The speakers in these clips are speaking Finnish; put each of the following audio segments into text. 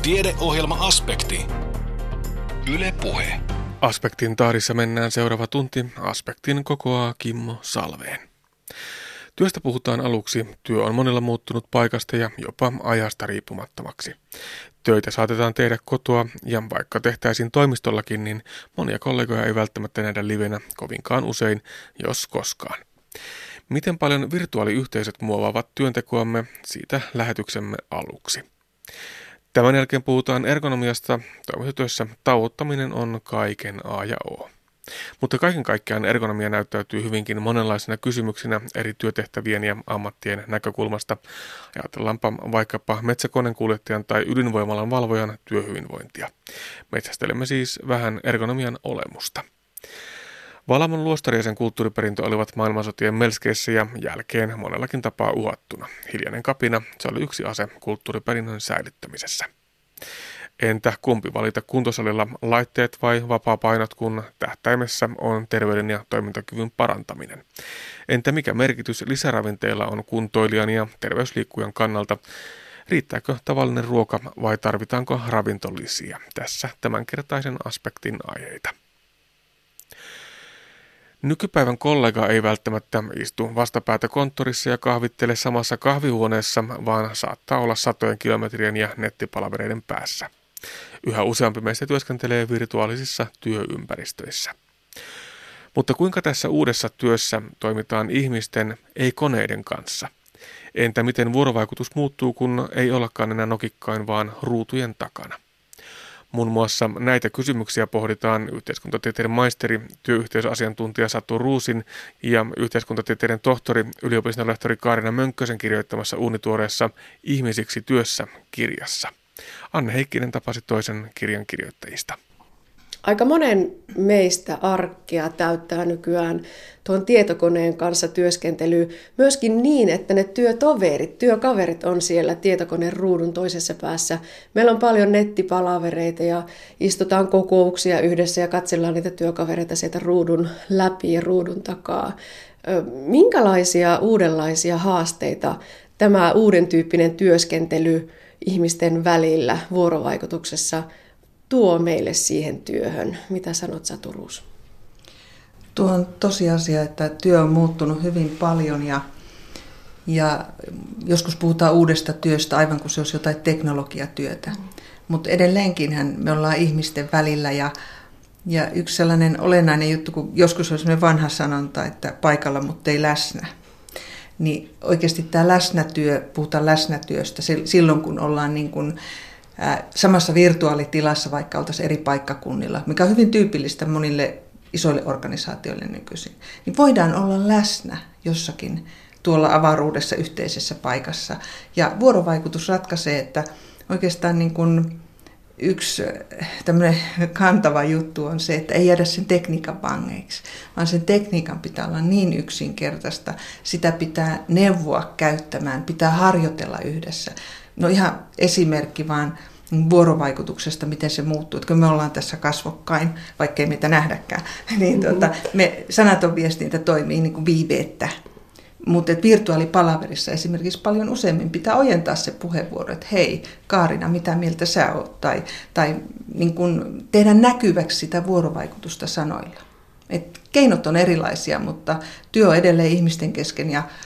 Tiedeohjelma-aspekti. Yle Puhe. Aspektin tahdissa mennään seuraava tunti. Aspektin kokoaa Kimmo Salveen. Työstä puhutaan aluksi. Työ on monilla muuttunut paikasta ja jopa ajasta riippumattomaksi. Töitä saatetaan tehdä kotoa ja vaikka tehtäisiin toimistollakin, niin monia kollegoja ei välttämättä nähdä livenä kovinkaan usein, jos koskaan. Miten paljon virtuaaliyhteisöt muovaavat työntekoamme, siitä lähetyksemme aluksi. Tämän jälkeen puhutaan ergonomiasta. Toimistotyössä tauottaminen on kaiken A ja O. Mutta kaiken kaikkiaan ergonomia näyttäytyy hyvinkin monenlaisina kysymyksinä eri työtehtävien ja ammattien näkökulmasta. Ajatellaanpa vaikkapa metsäkoneenkuljettajan tai ydinvoimalan valvojan työhyvinvointia. Metsästelemme siis vähän ergonomian olemusta. Valamon luostari ja sen kulttuuriperintö olivat maailmansotien melskeissä ja jälkeen monellakin tapaa uhattuna. Hiljainen kapina, se oli yksi ase kulttuuriperinnön säilyttämisessä. Entä kumpi valita kuntosalilla, laitteet vai vapaapainot, kun tähtäimessä on terveyden ja toimintakyvyn parantaminen? Entä mikä merkitys lisäravinteilla on kuntoilijan ja terveysliikkujan kannalta? Riittääkö tavallinen ruoka vai tarvitaanko ravintolisia? Tässä tämänkertaisen aspektin aiheita. Nykypäivän kollega ei välttämättä istu vastapäätä konttorissa ja kahvittele samassa kahvihuoneessa, vaan saattaa olla satojen kilometrien ja nettipalavereiden päässä. Yhä useampi meistä työskentelee virtuaalisissa työympäristöissä. Mutta kuinka tässä uudessa työssä toimitaan ihmisten, ei koneiden kanssa? Entä miten vuorovaikutus muuttuu, kun ei ollakaan enää nokikkain, vaan ruutujen takana? Muun muassa näitä kysymyksiä pohditaan yhteiskuntatieteiden maisteri, työyhteisöasiantuntija Satu Ruusin ja yhteiskuntatieteiden tohtori, yliopistonlehtori Kaarina Mönkkösen kirjoittamassa uunituoreessa Ihmisiksi työssä -kirjassa. Anne Heikkinen tapasi toisen kirjan kirjoittajista. Aika monen meistä arkea täyttää nykyään tuon tietokoneen kanssa työskentely myöskin niin, että ne työkaverit on siellä tietokoneen ruudun toisessa päässä. Meillä on paljon nettipalavereita ja istutaan kokouksia yhdessä ja katsellaan niitä työkavereita sieltä ruudun läpi ja ruudun takaa. Minkälaisia uudenlaisia haasteita tämä uuden tyyppinen työskentely ihmisten välillä vuorovaikutuksessa tuo meille siihen työhön? Mitä sanot, Satu Ruus? Tuo on tosiasia, että työ on muuttunut hyvin paljon ja joskus puhutaan uudesta työstä aivan kuin se olisi jotain teknologiatyötä. Mutta edelleenkinhän me ollaan ihmisten välillä ja yksi sellainen olennainen juttu, kun joskus on sellainen vanha sanonta, että paikalla mutta ei läsnä. Niin oikeasti tämä läsnätyö, puhutaan läsnätyöstä silloin kun ollaan niin kuin samassa virtuaalitilassa, vaikka oltaisiin eri paikkakunnilla, mikä on hyvin tyypillistä monille isoille organisaatioille nykyisin, niin voidaan olla läsnä jossakin tuolla avaruudessa yhteisessä paikassa. Ja vuorovaikutus ratkaisee, että oikeastaan niin kuin yksi tämmöinen kantava juttu on se, että ei jäädä sen tekniikan vangeiksi, vaan sen tekniikan pitää olla niin yksinkertaista, sitä pitää neuvoa käyttämään, pitää harjoitella yhdessä. No ihan esimerkki vaan vuorovaikutuksesta, miten se muuttuu. Että kun me ollaan tässä kasvokkain, vaikkei meitä nähdäkään, niin sanaton viestintä toimii niin kuin viiveettä. Mutta virtuaalipalaverissa esimerkiksi paljon useammin pitää ojentaa se puheenvuoro, että hei Kaarina, mitä mieltä sä oot? Tai niin kuin tehdä näkyväksi sitä vuorovaikutusta sanoilla. Et keinot on erilaisia, mutta työ on edelleen ihmisten kesken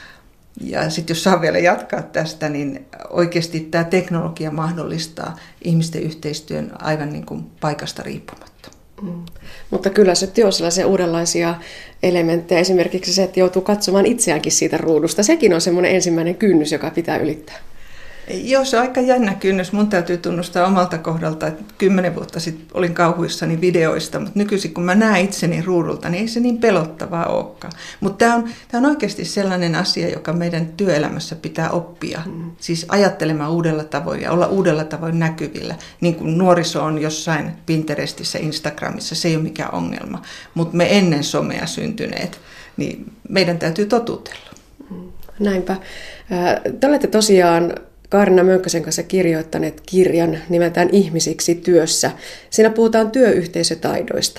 ja sitten jos saa vielä jatkaa tästä, niin oikeasti tämä teknologia mahdollistaa ihmisten yhteistyön aivan niin kuin paikasta riippumatta. Mutta kyllä se työ on sellaisia uudenlaisia elementtejä. Esimerkiksi se, että joutuu katsomaan itseäänkin siitä ruudusta. Sekin on semmoinen ensimmäinen kynnys, joka pitää ylittää. Joo, se on aika jännä kynnys. Mun täytyy tunnustaa omalta kohdalta, että 10 vuotta sitten olin kauhuissani videoista, mutta nykyisin kun mä näen itseni ruudulta, niin ei se niin pelottavaa olekaan. Mutta tämä on oikeasti sellainen asia, joka meidän työelämässä pitää oppia. Siis ajattelemaan uudella tavoin ja olla uudella tavoin näkyvillä. Niin kuin nuoriso on jossain Pinterestissä, Instagramissa, se ei ole mikään ongelma. Mutta me ennen somea syntyneet, niin meidän täytyy totutella. Näinpä. Te olette tosiaan Kaarina Mönkkösen kanssa kirjoittaneet kirjan nimeltään Ihmisiksi työssä. Siinä puhutaan työyhteisötaidoista.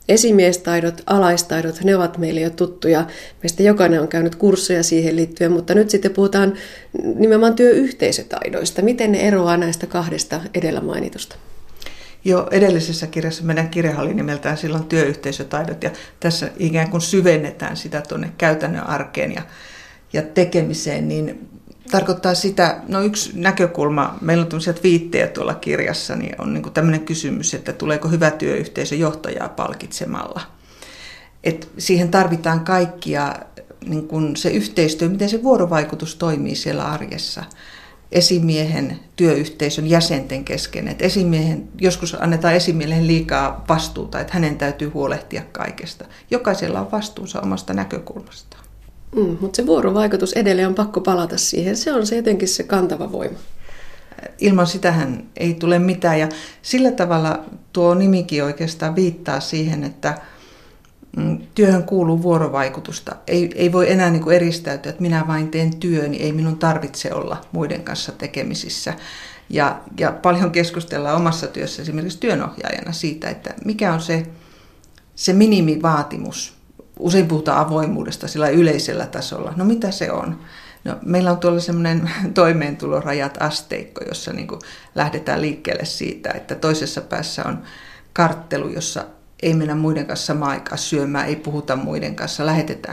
Esimiestaidot, alaistaidot, ne ovat meille jo tuttuja. Meistä jokainen on käynyt kursseja siihen liittyen, mutta nyt sitten puhutaan nimenomaan työyhteisötaidoista. Miten ne eroaa näistä kahdesta edellä mainitusta? Jo edellisessä kirjassa meidän kirjahan oli nimeltään silloin työyhteisötaidot, ja tässä ikään kuin syvennetään sitä tuonne käytännön arkeen ja tekemiseen, niin tarkoittaa sitä, no yksi näkökulma, meillä on tämmöisiä viittejä tuolla kirjassa, niin on niin kuin tämmöinen kysymys, että tuleeko hyvä työyhteisö johtajaa palkitsemalla. Et siihen tarvitaan kaikkia niin kuin se yhteistyö, miten se vuorovaikutus toimii siellä arjessa. Esimiehen, työyhteisön jäsenten kesken. Että joskus annetaan esimiehelle liikaa vastuuta, että hänen täytyy huolehtia kaikesta. Jokaisella on vastuunsa omasta näkökulmastaan. Mutta se vuorovaikutus edelleen on pakko palata siihen. Se on se jotenkin se kantava voima. Ilman sitähän ei tule mitään. Ja sillä tavalla tuo nimikin oikeastaan viittaa siihen, että työhön kuuluu vuorovaikutusta. Ei voi enää niin kuin eristäytyä, että minä vain teen työni, ei minun tarvitse olla muiden kanssa tekemisissä. Ja paljon keskustellaan omassa työssä esimerkiksi työnohjaajana siitä, että mikä on se minimivaatimus. Usein puhutaan avoimuudesta sillä yleisellä tasolla. No mitä se on? No, meillä on tuolla semmoinen toimeentulorajat asteikko, jossa niin kuin lähdetään liikkeelle siitä, että toisessa päässä on karttelu, jossa ei mennä muiden kanssa samaan aikaan syömään, ei puhuta muiden kanssa,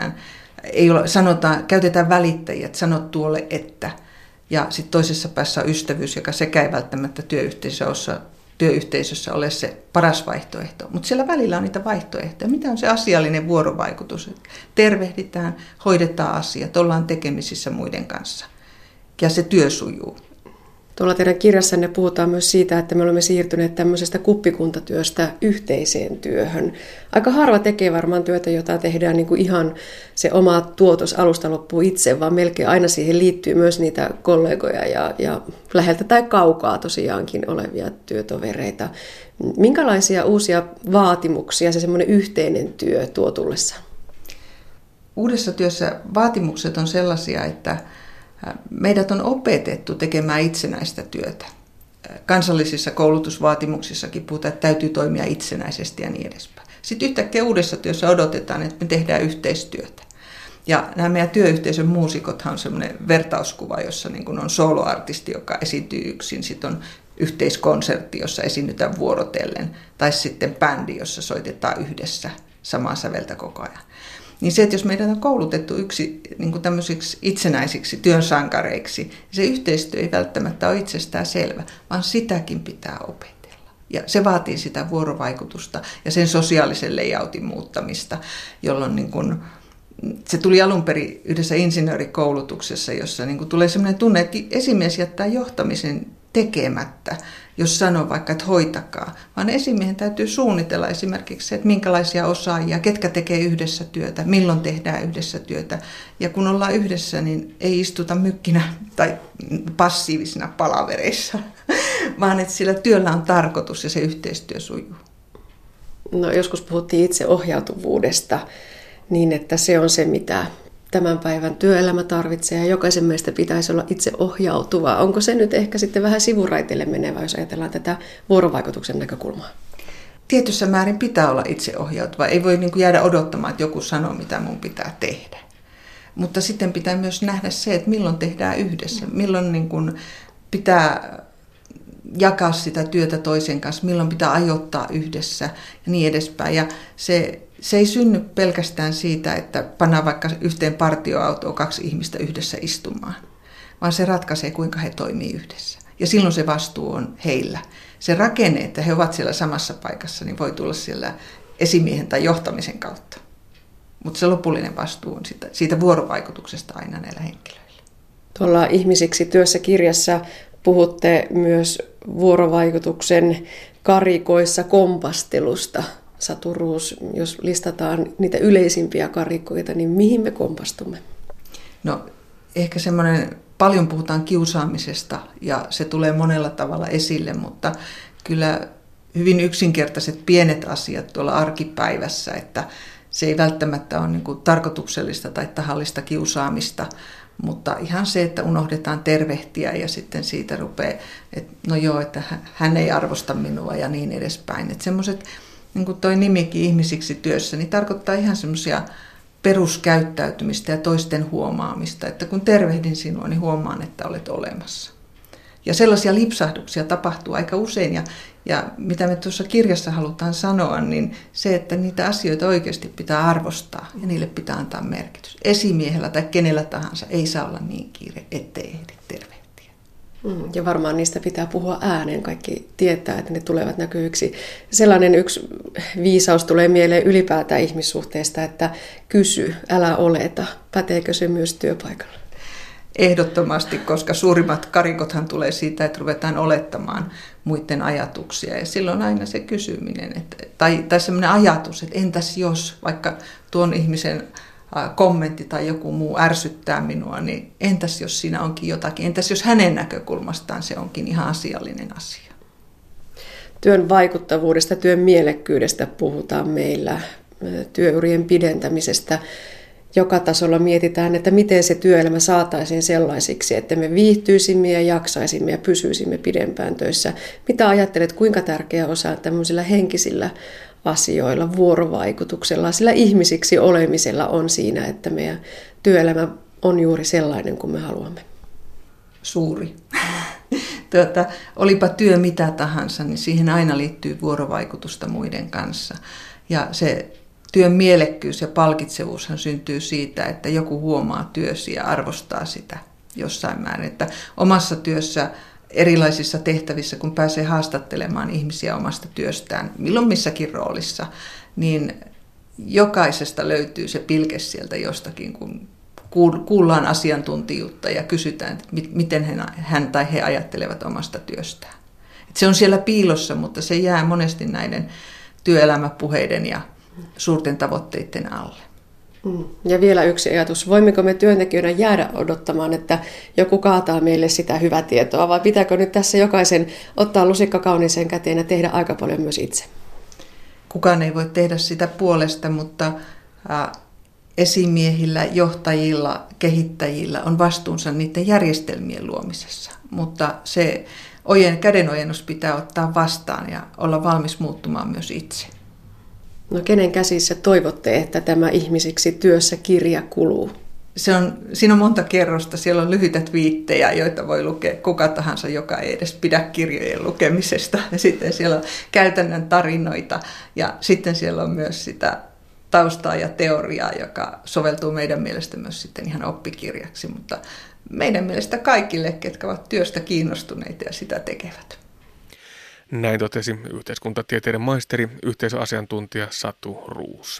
käytetään välittäjiä, että sanot tuolle että. Ja sitten toisessa päässä on ystävyys, joka sekä ei välttämättä työyhteisössä ole se paras vaihtoehto. Mutta siellä välillä on niitä vaihtoehtoja. Mitä on se asiallinen vuorovaikutus? Tervehditään, hoidetaan asiat, ollaan tekemisissä muiden kanssa. Ja se työ sujuu. Tuolla teidän kirjassanne puhutaan myös siitä, että me olemme siirtyneet tämmöisestä kuppikuntatyöstä yhteiseen työhön. Aika harva tekee varmaan työtä, jota tehdään niin kuin ihan se oma tuotos alusta loppuun itse, vaan melkein aina siihen liittyy myös niitä kollegoja ja läheltä tai kaukaa tosiaankin olevia työtovereita. Minkälaisia uusia vaatimuksia se semmoinen yhteinen työ tuo tullessaan? Uudessa työssä vaatimukset on sellaisia, että meidät on opetettu tekemään itsenäistä työtä. Kansallisissa koulutusvaatimuksissakin puhutaan, että täytyy toimia itsenäisesti ja niin edespäin. Sitten yhtäkkiä uudessa työssä odotetaan, että me tehdään yhteistyötä. Ja nämä meidän työyhteisön muusikothan on sellainen vertauskuva, jossa niin kuin on soloartisti, joka esiintyy yksin. Sitten on yhteiskonsertti, jossa esiinnytään vuorotellen. Tai sitten bändi, jossa soitetaan yhdessä samaa säveltä koko ajan. Niin se, että jos meidän on koulutettu niin kuin tämmöisiksi itsenäisiksi työnsankareiksi, se yhteistyö ei välttämättä ole itsestään selvä, vaan sitäkin pitää opetella. Ja se vaatii sitä vuorovaikutusta ja sen sosiaalisen layoutin muuttamista, jolloin niin kuin, se tuli alun perin yhdessä insinöörikoulutuksessa, jossa niin kuin tulee sellainen tunne, että esimies jättää johtamisen tekemättä, jos sanoo vaikka, että hoitakaa, vaan esimiehen täytyy suunnitella esimerkiksi se, että minkälaisia osaajia, ketkä tekee yhdessä työtä, milloin tehdään yhdessä työtä. Ja kun ollaan yhdessä, niin ei istuta mykkinä tai passiivisina palavereissa, vaan että sillä työllä on tarkoitus ja se yhteistyö sujuu. No, joskus puhuttiin itseohjautuvuudesta niin, että se on se, mitä tämän päivän työelämä tarvitsee ja jokaisen meistä pitäisi olla itse ohjautuva. Onko se nyt ehkä sitten vähän sivuraiteille menevä, jos ajatellaan tätä vuorovaikutuksen näkökulmaa? Tietyssä määrin pitää olla itseohjautuva. Ei voi niin kuin jäädä odottamaan, että joku sanoo, mitä mun pitää tehdä. Mutta sitten pitää myös nähdä se, että milloin tehdään yhdessä. Milloin niin kuin pitää jakaa sitä työtä toisen kanssa, milloin pitää ajoittaa yhdessä ja niin edespäin. Ja se ei synny pelkästään siitä, että pannaan vaikka yhteen partioautoon 2 ihmistä yhdessä istumaan, vaan se ratkaisee, kuinka he toimii yhdessä. Ja silloin se vastuu on heillä. Se rakenne, että he ovat siellä samassa paikassa, niin voi tulla siellä esimiehen tai johtamisen kautta. Mutta se lopullinen vastuu on siitä vuorovaikutuksesta aina näillä henkilöillä. Tuolla Ihmisiksi työssä -kirjassa puhutte myös vuorovaikutuksen karikoissa kompastelusta. Satu Roos, jos listataan niitä yleisimpiä karikoita, niin mihin me kompastumme? No ehkä paljon puhutaan kiusaamisesta ja se tulee monella tavalla esille, mutta kyllä hyvin yksinkertaiset pienet asiat tuolla arkipäivässä, että se ei välttämättä ole niin kuin tarkoituksellista tai tahallista kiusaamista, mutta ihan se, että unohdetaan tervehtiä ja sitten siitä rupeaa, että no joo, että hän ei arvosta minua ja niin edespäin. Että semmoiset niin kuin toi nimikin ihmisiksi työssä, niin tarkoittaa ihan semmoisia peruskäyttäytymistä ja toisten huomaamista, että kun tervehdin sinua, niin huomaan, että olet olemassa. Ja sellaisia lipsahduksia tapahtuu aika usein, ja mitä me tuossa kirjassa halutaan sanoa, niin se, että niitä asioita oikeasti pitää arvostaa ja niille pitää antaa merkitys. Esimiehellä tai kenellä tahansa ei saa olla niin kiire, ettei ehdi tervehtiä. Ja varmaan niistä pitää puhua ääneen. Kaikki tietää, että ne tulevat näkyviksi. Sellainen yksi viisaus tulee mieleen ylipäätään ihmissuhteesta, että kysy, älä oleta. Päteekö se myös työpaikalla? Ehdottomasti, koska suurimmat karikothan tulee siitä, että ruvetaan olettamaan muiden ajatuksia. Ja silloin aina se kysyminen, tai sellainen ajatus, että entäs jos vaikka tuon ihmisen kommentti tai joku muu ärsyttää minua, niin entäs jos siinä onkin jotakin, entäs jos hänen näkökulmastaan se onkin ihan asiallinen asia. Työn vaikuttavuudesta, työn mielekkyydestä puhutaan meillä, työurien pidentämisestä. Joka tasolla mietitään, että miten se työelämä saataisiin sellaisiksi, että me viihtyisimme ja jaksaisimme ja pysyisimme pidempään töissä. Mitä ajattelet, kuinka tärkeä osa tämmöisillä henkisillä asioilla, vuorovaikutuksella, sillä ihmisiksi olemisella on siinä, että meidän työelämä on juuri sellainen kuin me haluamme? Suuri. Olipa työ mitä tahansa, niin siihen aina liittyy vuorovaikutusta muiden kanssa. Ja se työn mielekkyys ja palkitsevuushan syntyy siitä, että joku huomaa työsi ja arvostaa sitä jossain määrin. Että omassa työssä erilaisissa tehtävissä, kun pääsee haastattelemaan ihmisiä omasta työstään, milloin missäkin roolissa, niin jokaisesta löytyy se pilke sieltä jostakin, kun kuullaan asiantuntijuutta ja kysytään, että miten hän tai he ajattelevat omasta työstään. Että se on siellä piilossa, mutta se jää monesti näiden työelämäpuheiden ja suurten tavoitteiden alle. Ja vielä yksi ajatus. Voimmeko me työntekijöinä jäädä odottamaan, että joku kaataa meille sitä hyvää tietoa, vai pitääkö nyt tässä jokaisen ottaa lusikka kauniiseen käteen ja tehdä aika paljon myös itse? Kukaan ei voi tehdä sitä puolesta, mutta esimiehillä, johtajilla, kehittäjillä on vastuunsa niiden järjestelmien luomisessa. Mutta se kädenojennus pitää ottaa vastaan ja olla valmis muuttumaan myös itse. No kenen käsissä toivotte, että tämä ihmisiksi työssä -kirja kuluu? Siinä on monta kerrosta. Siellä on lyhyitä twiittejä, joita voi lukea kuka tahansa, joka ei edes pidä kirjojen lukemisesta. Ja sitten siellä on käytännön tarinoita ja sitten siellä on myös sitä taustaa ja teoriaa, joka soveltuu meidän mielestä myös sitten ihan oppikirjaksi. Mutta meidän mielestä kaikille, ketkä ovat työstä kiinnostuneita ja sitä tekevät. Näin totesi yhteiskuntatieteiden maisteri, yhteisöasiantuntija Satu Roos.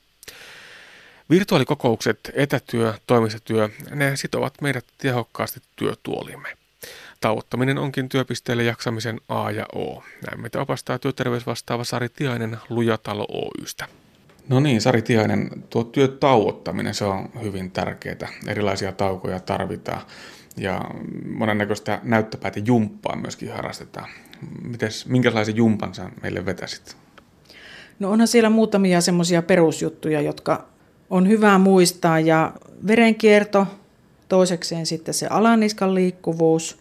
Virtuaalikokoukset, etätyö, toimistotyö, ne sitovat meidät tehokkaasti työtuolimme. Tauottaminen onkin työpisteelle jaksamisen A ja O. Näin meitä opastaa työterveysvastaava Sari Tiainen Lujatalo Oy:stä. No niin, Sari Tiainen, tuo työtauottaminen, se on hyvin tärkeää. Erilaisia taukoja tarvitaan ja monennäköistä näyttöpäätejumppaa myöskin harrastetaan. Minkälaisen jumpan sä meille vetäsit? No onhan siellä muutamia semmoisia perusjuttuja, jotka on hyvä muistaa. Ja verenkierto, toisekseen sitten se alaniskan liikkuvuus,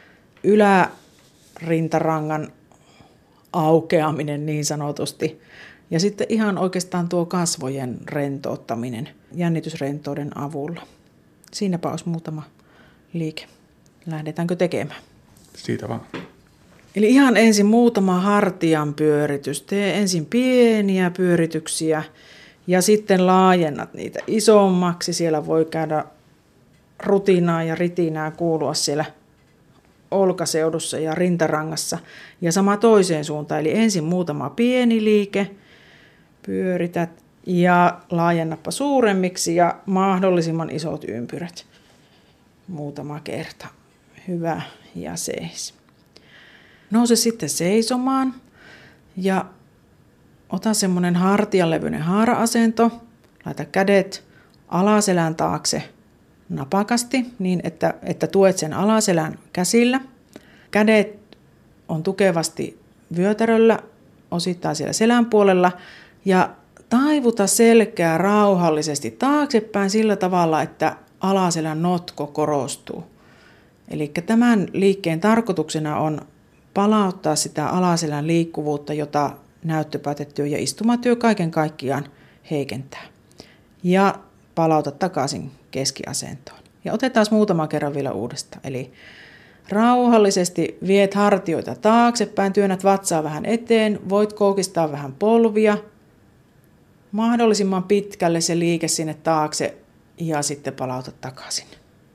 ylärintarangan aukeaminen niin sanotusti. Ja sitten ihan oikeastaan tuo kasvojen rentouttaminen jännitysrentouden avulla. Siinäpä olisi muutama liike. Lähdetäänkö tekemään? Siitä vaan. Eli ihan ensin muutama hartian pyöritys. Tee ensin pieniä pyörityksiä ja sitten laajennat niitä isommaksi. Siellä voi käydä rutinaa ja ritinää kuulua siellä olkaseudussa ja rintarangassa. Ja sama toiseen suuntaan. Eli ensin muutama pieni liike, pyörität ja laajennappa suuremmiksi ja mahdollisimman isot ympyrät. Muutama kerta. Hyvä ja seis. Nouse sitten seisomaan ja ota semmoinen hartianlevyinen haara-asento. Laita kädet alaselän taakse napakasti niin, että tuet sen alaselän käsillä. Kädet on tukevasti vyötäröllä, osittain siellä selän puolella ja taivuta selkää rauhallisesti taaksepäin sillä tavalla, että alaselän notko korostuu. Eli tämän liikkeen tarkoituksena on palauttaa sitä alaselän liikkuvuutta, jota näyttöpäätetyö ja istumatyö kaiken kaikkiaan heikentää. Ja palauta takaisin keskiasentoon. Ja otetaan muutama kerran vielä uudestaan. Eli rauhallisesti viet hartioita taaksepäin, työnnät vatsaa vähän eteen, voit koukistaa vähän polvia. Mahdollisimman pitkälle se liike sinne taakse ja sitten palauta takaisin.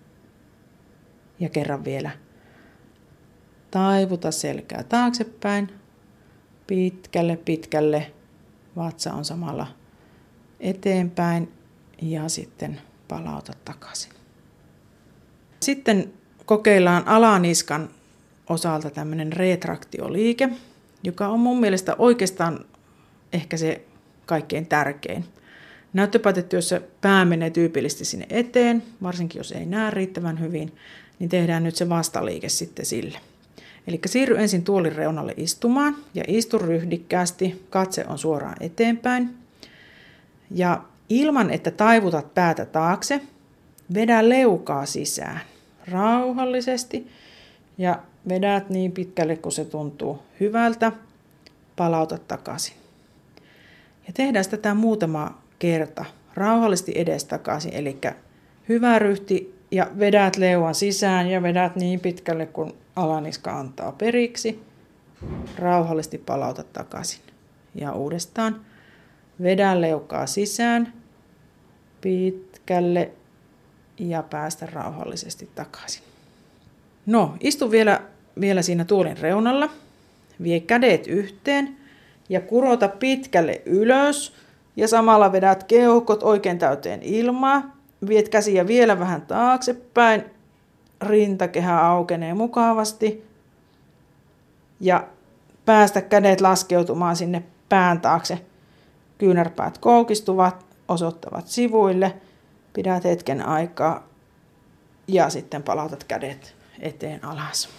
Ja kerran vielä. Taivuta selkää taaksepäin. Pitkälle. Vatsa on samalla eteenpäin ja sitten palauta takaisin. Sitten kokeillaan alaniskan osalta tämmöinen retraktioliike, joka on mun mielestä oikeastaan ehkä se kaikkein tärkein. Näyttöpäätetyössä pää menee tyypillisesti sinne eteen, varsinkin jos ei näe riittävän hyvin, niin tehdään nyt se vastaliike sitten sille. Eli siirry ensin tuolin reunalle istumaan ja istu ryhdikkäästi, katse on suoraan eteenpäin. Ja ilman, että taivutat päätä taakse, vedä leukaa sisään rauhallisesti ja vedät niin pitkälle, kun se tuntuu hyvältä, palauta takaisin. Ja tehdään tätä muutama kerta rauhallisesti edestakaisin, eli hyvä ryhti ja vedät leuan sisään ja vedät niin pitkälle, kun alaniska antaa periksi. Rauhallisesti palauta takaisin. Ja uudestaan vedä leukaa sisään pitkälle ja päästä rauhallisesti takaisin. No, istu vielä siinä tuolin reunalla. Vie kädet yhteen ja kurota pitkälle ylös ja samalla vedät keuhkot oikein täyteen ilmaa. Viet käsiä vielä vähän taaksepäin. Rintakehä aukenee mukavasti. Ja päästä kädet laskeutumaan sinne pään taakse. Kyynärpäät koukistuvat, osoittavat sivuille. Pidät hetken aikaa ja sitten palautat kädet eteen alas.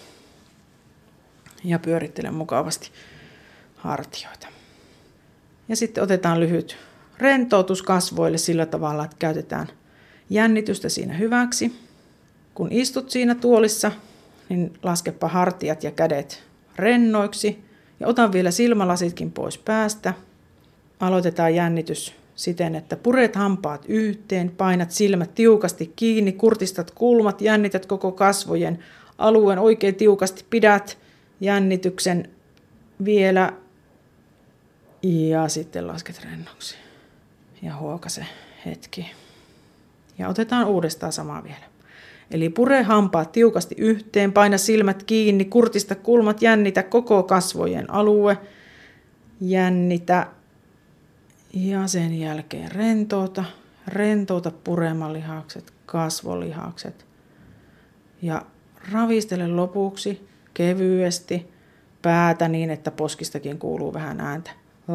Ja pyörittele mukavasti hartioita. Ja sitten otetaan lyhyt rentoutus kasvoille sillä tavalla, että käytetään jännitystä siinä hyväksi. Kun istut siinä tuolissa, niin laskepa hartiat ja kädet rennoiksi. Ja otan vielä silmälasitkin pois päästä. Aloitetaan jännitys siten, että puret hampaat yhteen, painat silmät tiukasti kiinni, kurtistat kulmat, jännität koko kasvojen alueen oikein tiukasti, pidät jännityksen vielä ja sitten lasket rennoksi. Ja huokase hetki. Ja otetaan uudestaan sama vielä. Eli pure hampaat tiukasti yhteen, paina silmät kiinni, kurtista kulmat, jännitä koko kasvojen alue, jännitä ja sen jälkeen rentouta puremalihakset, kasvolihakset ja ravistele lopuksi kevyesti päätä niin, että poskistakin kuuluu vähän ääntä.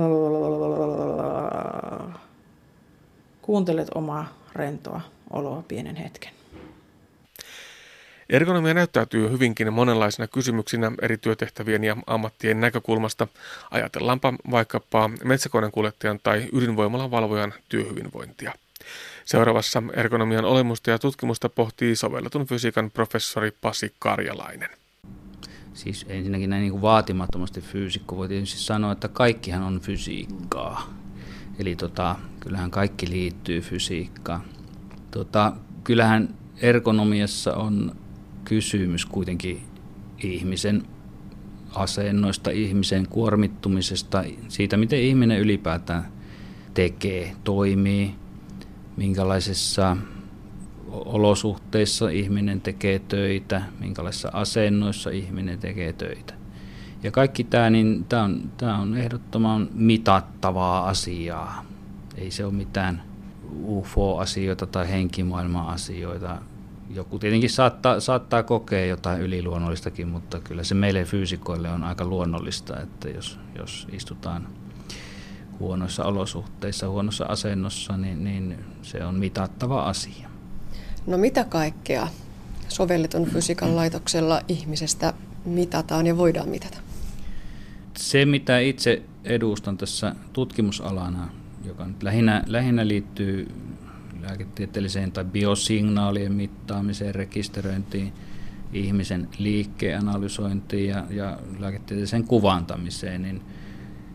Kuuntelet omaa rentoa oloa pienen hetken. Ergonomia näyttäytyy hyvinkin monenlaisina kysymyksinä eri työtehtävien ja ammattien näkökulmasta. Ajatellaanpa vaikkapa metsäkoneenkuljettajan tai ydinvoimalan valvojan työhyvinvointia. Seuraavassa ergonomian olemusta ja tutkimusta pohtii sovelletun fysiikan professori Pasi Karjalainen. Siis ensinnäkin näin niin kuin vaatimattomasti fyysikko voi tietysti sanoa, että kaikkihan on fysiikkaa. Eli kyllähän kaikki liittyy fysiikkaan. Kyllähän ergonomiassa on kysymys kuitenkin ihmisen asennoista, ihmisen kuormittumisesta, siitä miten ihminen ylipäätään tekee, toimii, minkälaisissa olosuhteissa ihminen tekee töitä, minkälaisissa asennoissa ihminen tekee töitä. Ja kaikki tämä on ehdottoman mitattavaa asiaa. Ei se ole mitään UFO-asioita tai henkimaailma-asioita. Joku tietenkin saattaa kokea jotain yliluonnollistakin, mutta kyllä se meille fyysikoille on aika luonnollista, että jos istutaan huonoissa olosuhteissa, huonossa asennossa, niin se on mitattava asia. No mitä kaikkea sovelletun fysiikan laitoksella ihmisestä mitataan ja voidaan mitata? Se, mitä itse edustan tässä tutkimusalana, joka nyt lähinnä liittyy lääketieteelliseen tai biosignaalien mittaamiseen, rekisteröintiin, ihmisen liikkeen analysointiin ja lääketieteelliseen kuvantamiseen, niin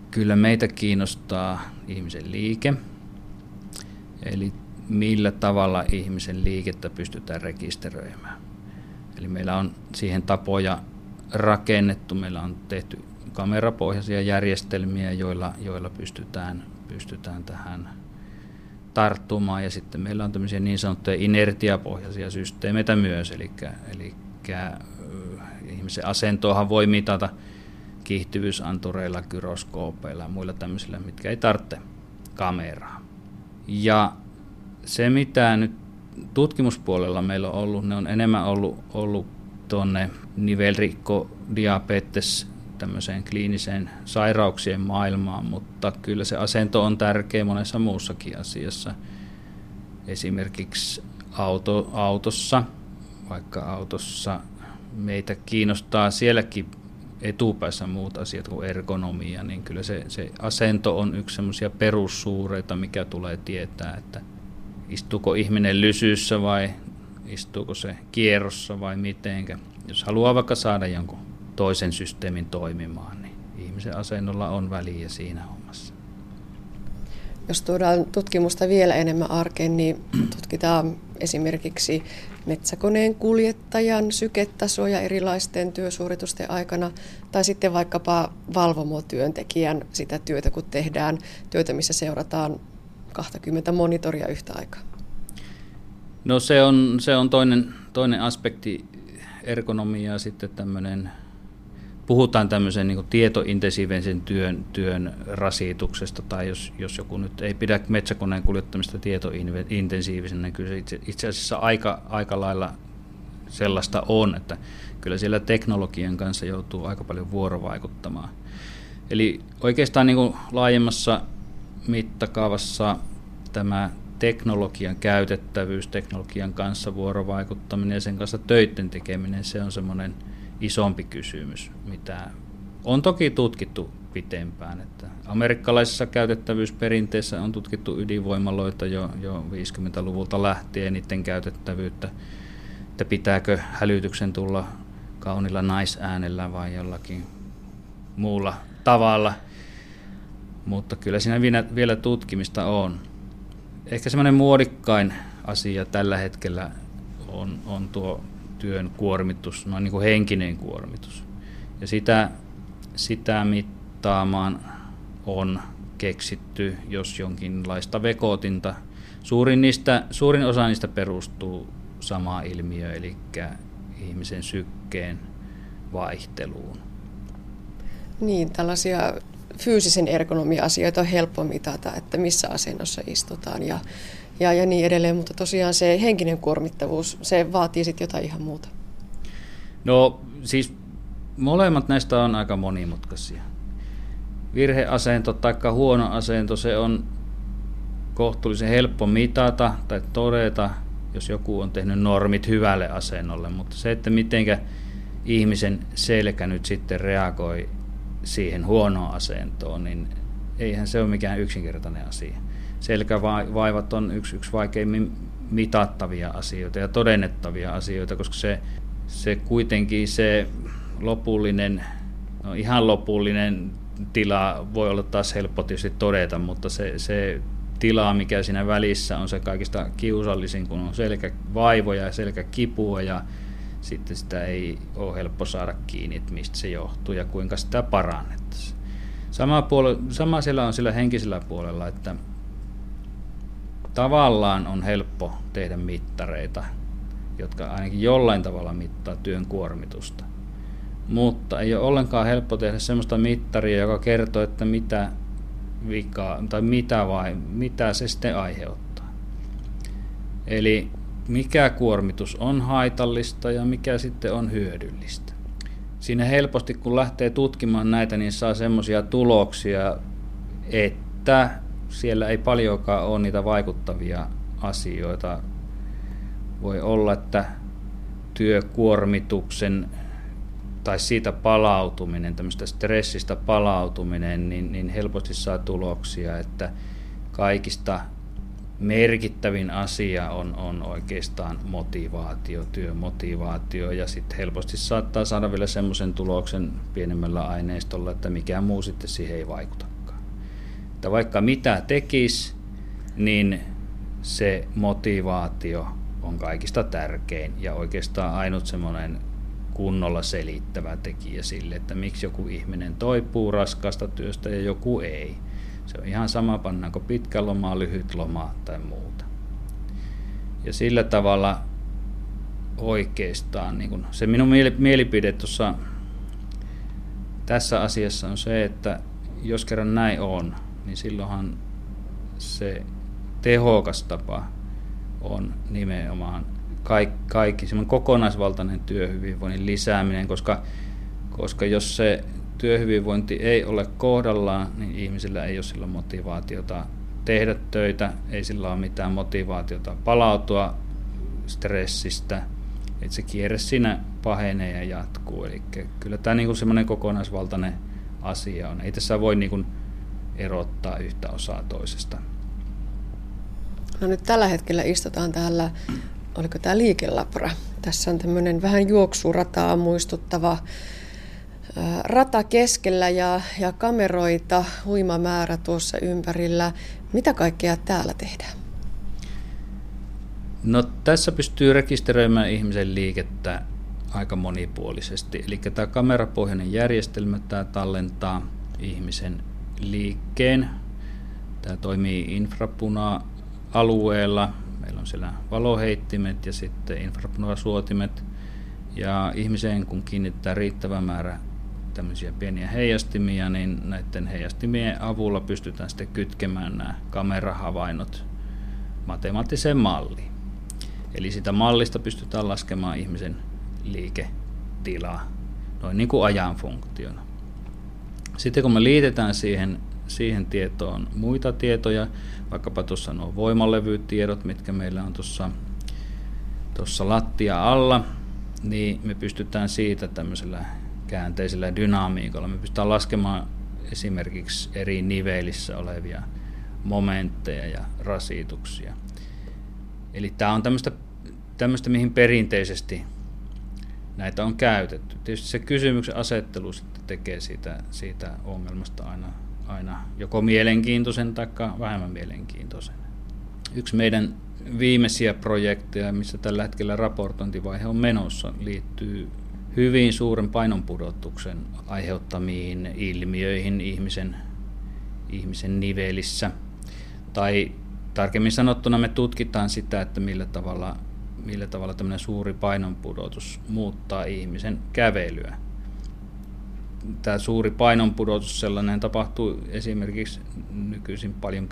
Kyllä meitä kiinnostaa ihmisen liike, eli millä tavalla ihmisen liikettä pystytään rekisteröimään. Eli meillä on siihen tapoja rakennettu, meillä on tehty kamerapohjaisia järjestelmiä, joilla pystytään tähän tarttumaan, ja sitten meillä on tämmöisiä niin sanottuja inertiapohjaisia systeemeitä myös, eli ihmisen asentoahan voi mitata kiihtyvyysantureilla, gyroskoopeilla ja muilla tämmöisillä, mitkä ei tarvitse kameraa. Ja se, mitä nyt tutkimuspuolella meillä on ollut, ne on enemmän ollut tuonne nivelrikkodiabetes, tämmöiseen kliiniseen sairauksien maailmaan, mutta kyllä se asento on tärkeä monessa muussakin asiassa. Esimerkiksi autossa, vaikka autossa meitä kiinnostaa sielläkin etupäässä muut asiat kuin ergonomia, niin kyllä se asento on yksi semmoisia perussuureita, mikä tulee tietää, että istuuko ihminen lysyssä vai istuuko se kierrossa vai mitenkä. Jos haluaa vaikka saada jonkun toisen systeemin toimimaan, niin ihmisen asennolla on väliä siinä hommassa. Jos tuodaan tutkimusta vielä enemmän arkeen, niin tutkitaan esimerkiksi metsäkoneen kuljettajan syketasoja erilaisten työsuoritusten aikana, tai sitten vaikkapa valvomotyöntekijän sitä työtä, kun tehdään työtä, missä seurataan 20 monitoria yhtä aikaa. No se on toinen aspekti ergonomiaa, sitten puhutaan tämmöisen niin kuin tietointensiivisen työn rasituksesta, tai jos joku nyt ei pidä metsäkoneen kuljettamista tietointensiivisenä, niin kyllä se itse asiassa aika lailla sellaista on, että kyllä siellä teknologian kanssa joutuu aika paljon vuorovaikuttamaan. Eli oikeastaan niin kuin laajemmassa mittakaavassa tämä teknologian käytettävyys, teknologian kanssa vuorovaikuttaminen ja sen kanssa töiden tekeminen, se on semmoinen isompi kysymys, mitä on toki tutkittu pitempään. Että amerikkalaisessa käytettävyysperinteessä on tutkittu ydinvoimaloita jo 50-luvulta lähtien, niiden käytettävyyttä, että pitääkö hälytyksen tulla kaunilla naisäänellä vai jollakin muulla tavalla, mutta kyllä siinä vielä tutkimista on. Ehkä semmoinen muodikkain asia tällä hetkellä on tuo työn kuormitus, noin niin kuin henkinen kuormitus. Ja sitä mittaamaan on keksitty, jos jonkinlaista vekotinta. Suurin osa niistä perustuu samaan ilmiöön, eli ihmisen sykkeen vaihteluun. Niin, tällaisia fyysisen ergonomia-asioita on helppo mitata, että missä asennossa istutaan ja niin edelleen, mutta tosiaan se henkinen kuormittavuus, se vaatii sitten jotain ihan muuta. No siis molemmat näistä on aika monimutkaisia. Virheasento tai huono asento, se on kohtuullisen helppo mitata tai todeta, jos joku on tehnyt normit hyvälle asennolle, mutta se, että mitenkä ihmisen selkä nyt sitten reagoi siihen huonoon asentoon, niin eihän se ole mikään yksinkertainen asia. Selkävaivat on yksi vaikeimmin mitattavia asioita ja todennettavia asioita, koska se kuitenkin se lopullinen, no ihan lopullinen tila voi olla taas helppo tietysti todeta, mutta se tila, mikä siinä välissä on se kaikista kiusallisin, kun on selkävaivoja ja selkäkipua ja sitten sitä ei ole helppo saada kiinni, että mistä se johtuu ja kuinka sitä parannettaisiin. Sama siellä on sillä henkisellä puolella, että tavallaan on helppo tehdä mittareita, jotka ainakin jollain tavalla mittaa työn kuormitusta. Mutta ei ole ollenkaan helppo tehdä sellaista mittaria, joka kertoo, että mitä vikaa tai mitä se sitten aiheuttaa. Eli mikä kuormitus on haitallista ja mikä sitten on hyödyllistä. Siinä helposti, kun lähtee tutkimaan näitä, niin saa semmoisia tuloksia, että siellä ei paljonkaan ole niitä vaikuttavia asioita. Voi olla, että työkuormituksen tai siitä palautuminen, tämmöistä stressistä palautuminen, niin helposti saa tuloksia, että kaikista merkittävin asia on oikeastaan motivaatio, työmotivaatio, ja sitten helposti saattaa saada vielä semmoisen tuloksen pienemmällä aineistolla, että mikään muu sitten siihen ei vaikutakaan. että vaikka mitä tekisi, niin se motivaatio on kaikista tärkein ja oikeastaan ainut semmoinen kunnolla selittävä tekijä sille, että miksi joku ihminen toipuu raskaasta työstä ja joku ei. Se on ihan sama, pannaanko pitkä loma, lyhyt loma tai muuta. Ja sillä tavalla oikeastaan niin kun se minun mielipide tässä asiassa on se, että jos kerran näin on, niin silloinhan se tehokas tapa on nimenomaan kaikki semmoinen kokonaisvaltainen työhyvinvoinnin lisääminen, koska jos se työhyvinvointi ei ole kohdallaan, niin ihmisillä ei ole silloin motivaatiota tehdä töitä, ei sillä ole mitään motivaatiota palautua stressistä, että se kierre siinä pahenee ja jatkuu. Eli kyllä tämä niin kuin semmoinen kokonaisvaltainen asia on. Ei tässä voi niin kuin erottaa yhtä osaa toisesta. No nyt tällä hetkellä istutaan täällä, oliko tämä liikelabra? Tässä on tämmöinen vähän juoksurataa muistuttava rata keskellä ja kameroita, huimamäärä tuossa ympärillä. Mitä kaikkea täällä tehdään? No tässä pystyy rekisteröimään ihmisen liikettä aika monipuolisesti. Eli tämä kamerapohjainen järjestelmä, tämä tallentaa ihmisen liikkeen. Tämä toimii infrapuna-alueella. Meillä on siellä valoheittimet ja sitten infrapunasuotimet. Ja ihmiseen kun kiinnittää riittävä määrä tämmöisiä pieniä heijastimia, niin näiden heijastimien avulla pystytään sitten kytkemään nämä kamerahavainnot matemaattiseen malliin. Eli sitä mallista pystytään laskemaan ihmisen liiketilaa noin niin kuin ajan funktiona. Sitten kun me liitetään siihen tietoon muita tietoja, vaikkapa tuossa nuo voimalevytiedot, mitkä meillä on tuossa lattia alla, niin me pystytään siitä tämmöisellä käänteisellä dynamiikalla, me pystytään laskemaan esimerkiksi eri nivelissä olevia momentteja ja rasituksia. Eli tämä on tämmöistä, mihin perinteisesti näitä on käytetty. Tietysti se kysymyksen asettelu sitten tekee siitä ongelmasta aina joko mielenkiintoisen tai vähemmän mielenkiintoisen. Yksi meidän viimeisiä projekteja, missä tällä hetkellä raportointivaihe on menossa, liittyy hyvin suuren painonpudotuksen aiheuttamiin ilmiöihin ihmisen nivelissä. Tai tarkemmin sanottuna me tutkitaan sitä, että millä tavalla tämmöinen suuri painonpudotus muuttaa ihmisen kävelyä. Tämä suuri painonpudotus sellainen tapahtuu esimerkiksi nykyisin paljon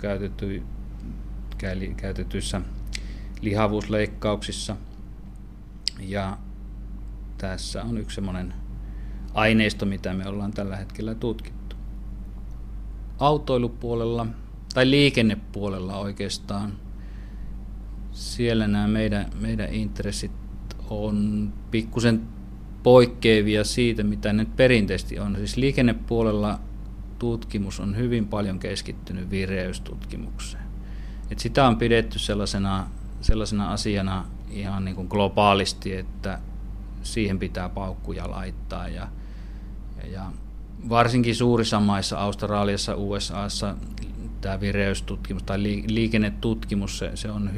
käytetyissä lihavuusleikkauksissa. Ja tässä on yksi semmoinen aineisto, mitä me ollaan tällä hetkellä tutkittu. Autoilupuolella tai liikennepuolella oikeastaan siellä nämä meidän intressit on pikkusen poikkeavia siitä, mitä nyt perinteisesti on. Siis liikennepuolella tutkimus on hyvin paljon keskittynyt vireystutkimukseen. Et sitä on pidetty sellaisena asiana ihan niin kuin globaalisti, että siihen pitää paukkuja laittaa. Ja varsinkin suurissa maissa, Australiassa, USAssa, tämä vireystutkimus tai liikennetutkimus, se on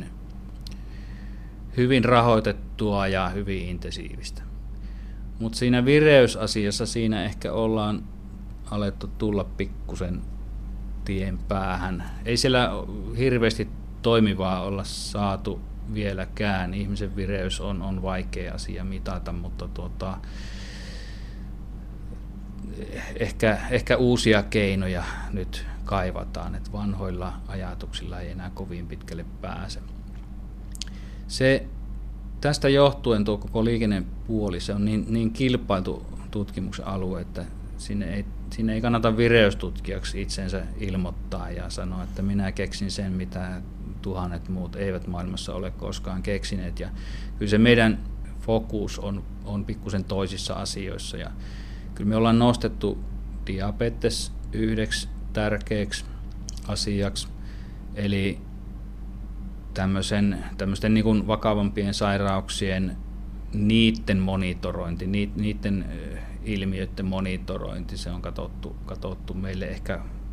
hyvin rahoitettua ja hyvin intensiivistä. Mutta siinä vireysasiassa siinä ehkä ollaan alettu tulla pikkusen tien päähän. Ei siellä hirveästi toimivaa olla saatu vieläkään. Ihmisen vireys on vaikea asia mitata, mutta ehkä uusia keinoja nyt kaivataan, että vanhoilla ajatuksilla ei enää kovin pitkälle pääse. Tästä johtuen tuo koko liikennepuoli, se on niin kilpailtu tutkimuksen alue, että sinne ei kannata vireystutkijaksi itsensä ilmoittaa ja sanoa, että minä keksin sen, mitä tuhannet muut eivät maailmassa ole koskaan keksineet. Ja kyllä se meidän fokus on pikkusen toisissa asioissa. Ja kyllä me ollaan nostettu diabetes yhdeksi tärkeäksi asiaksi, eli tämmöisten niin kuin vakavampien sairauksien niiden monitorointi, niiden ilmiöiden monitorointi, se on katsottu meille ehkä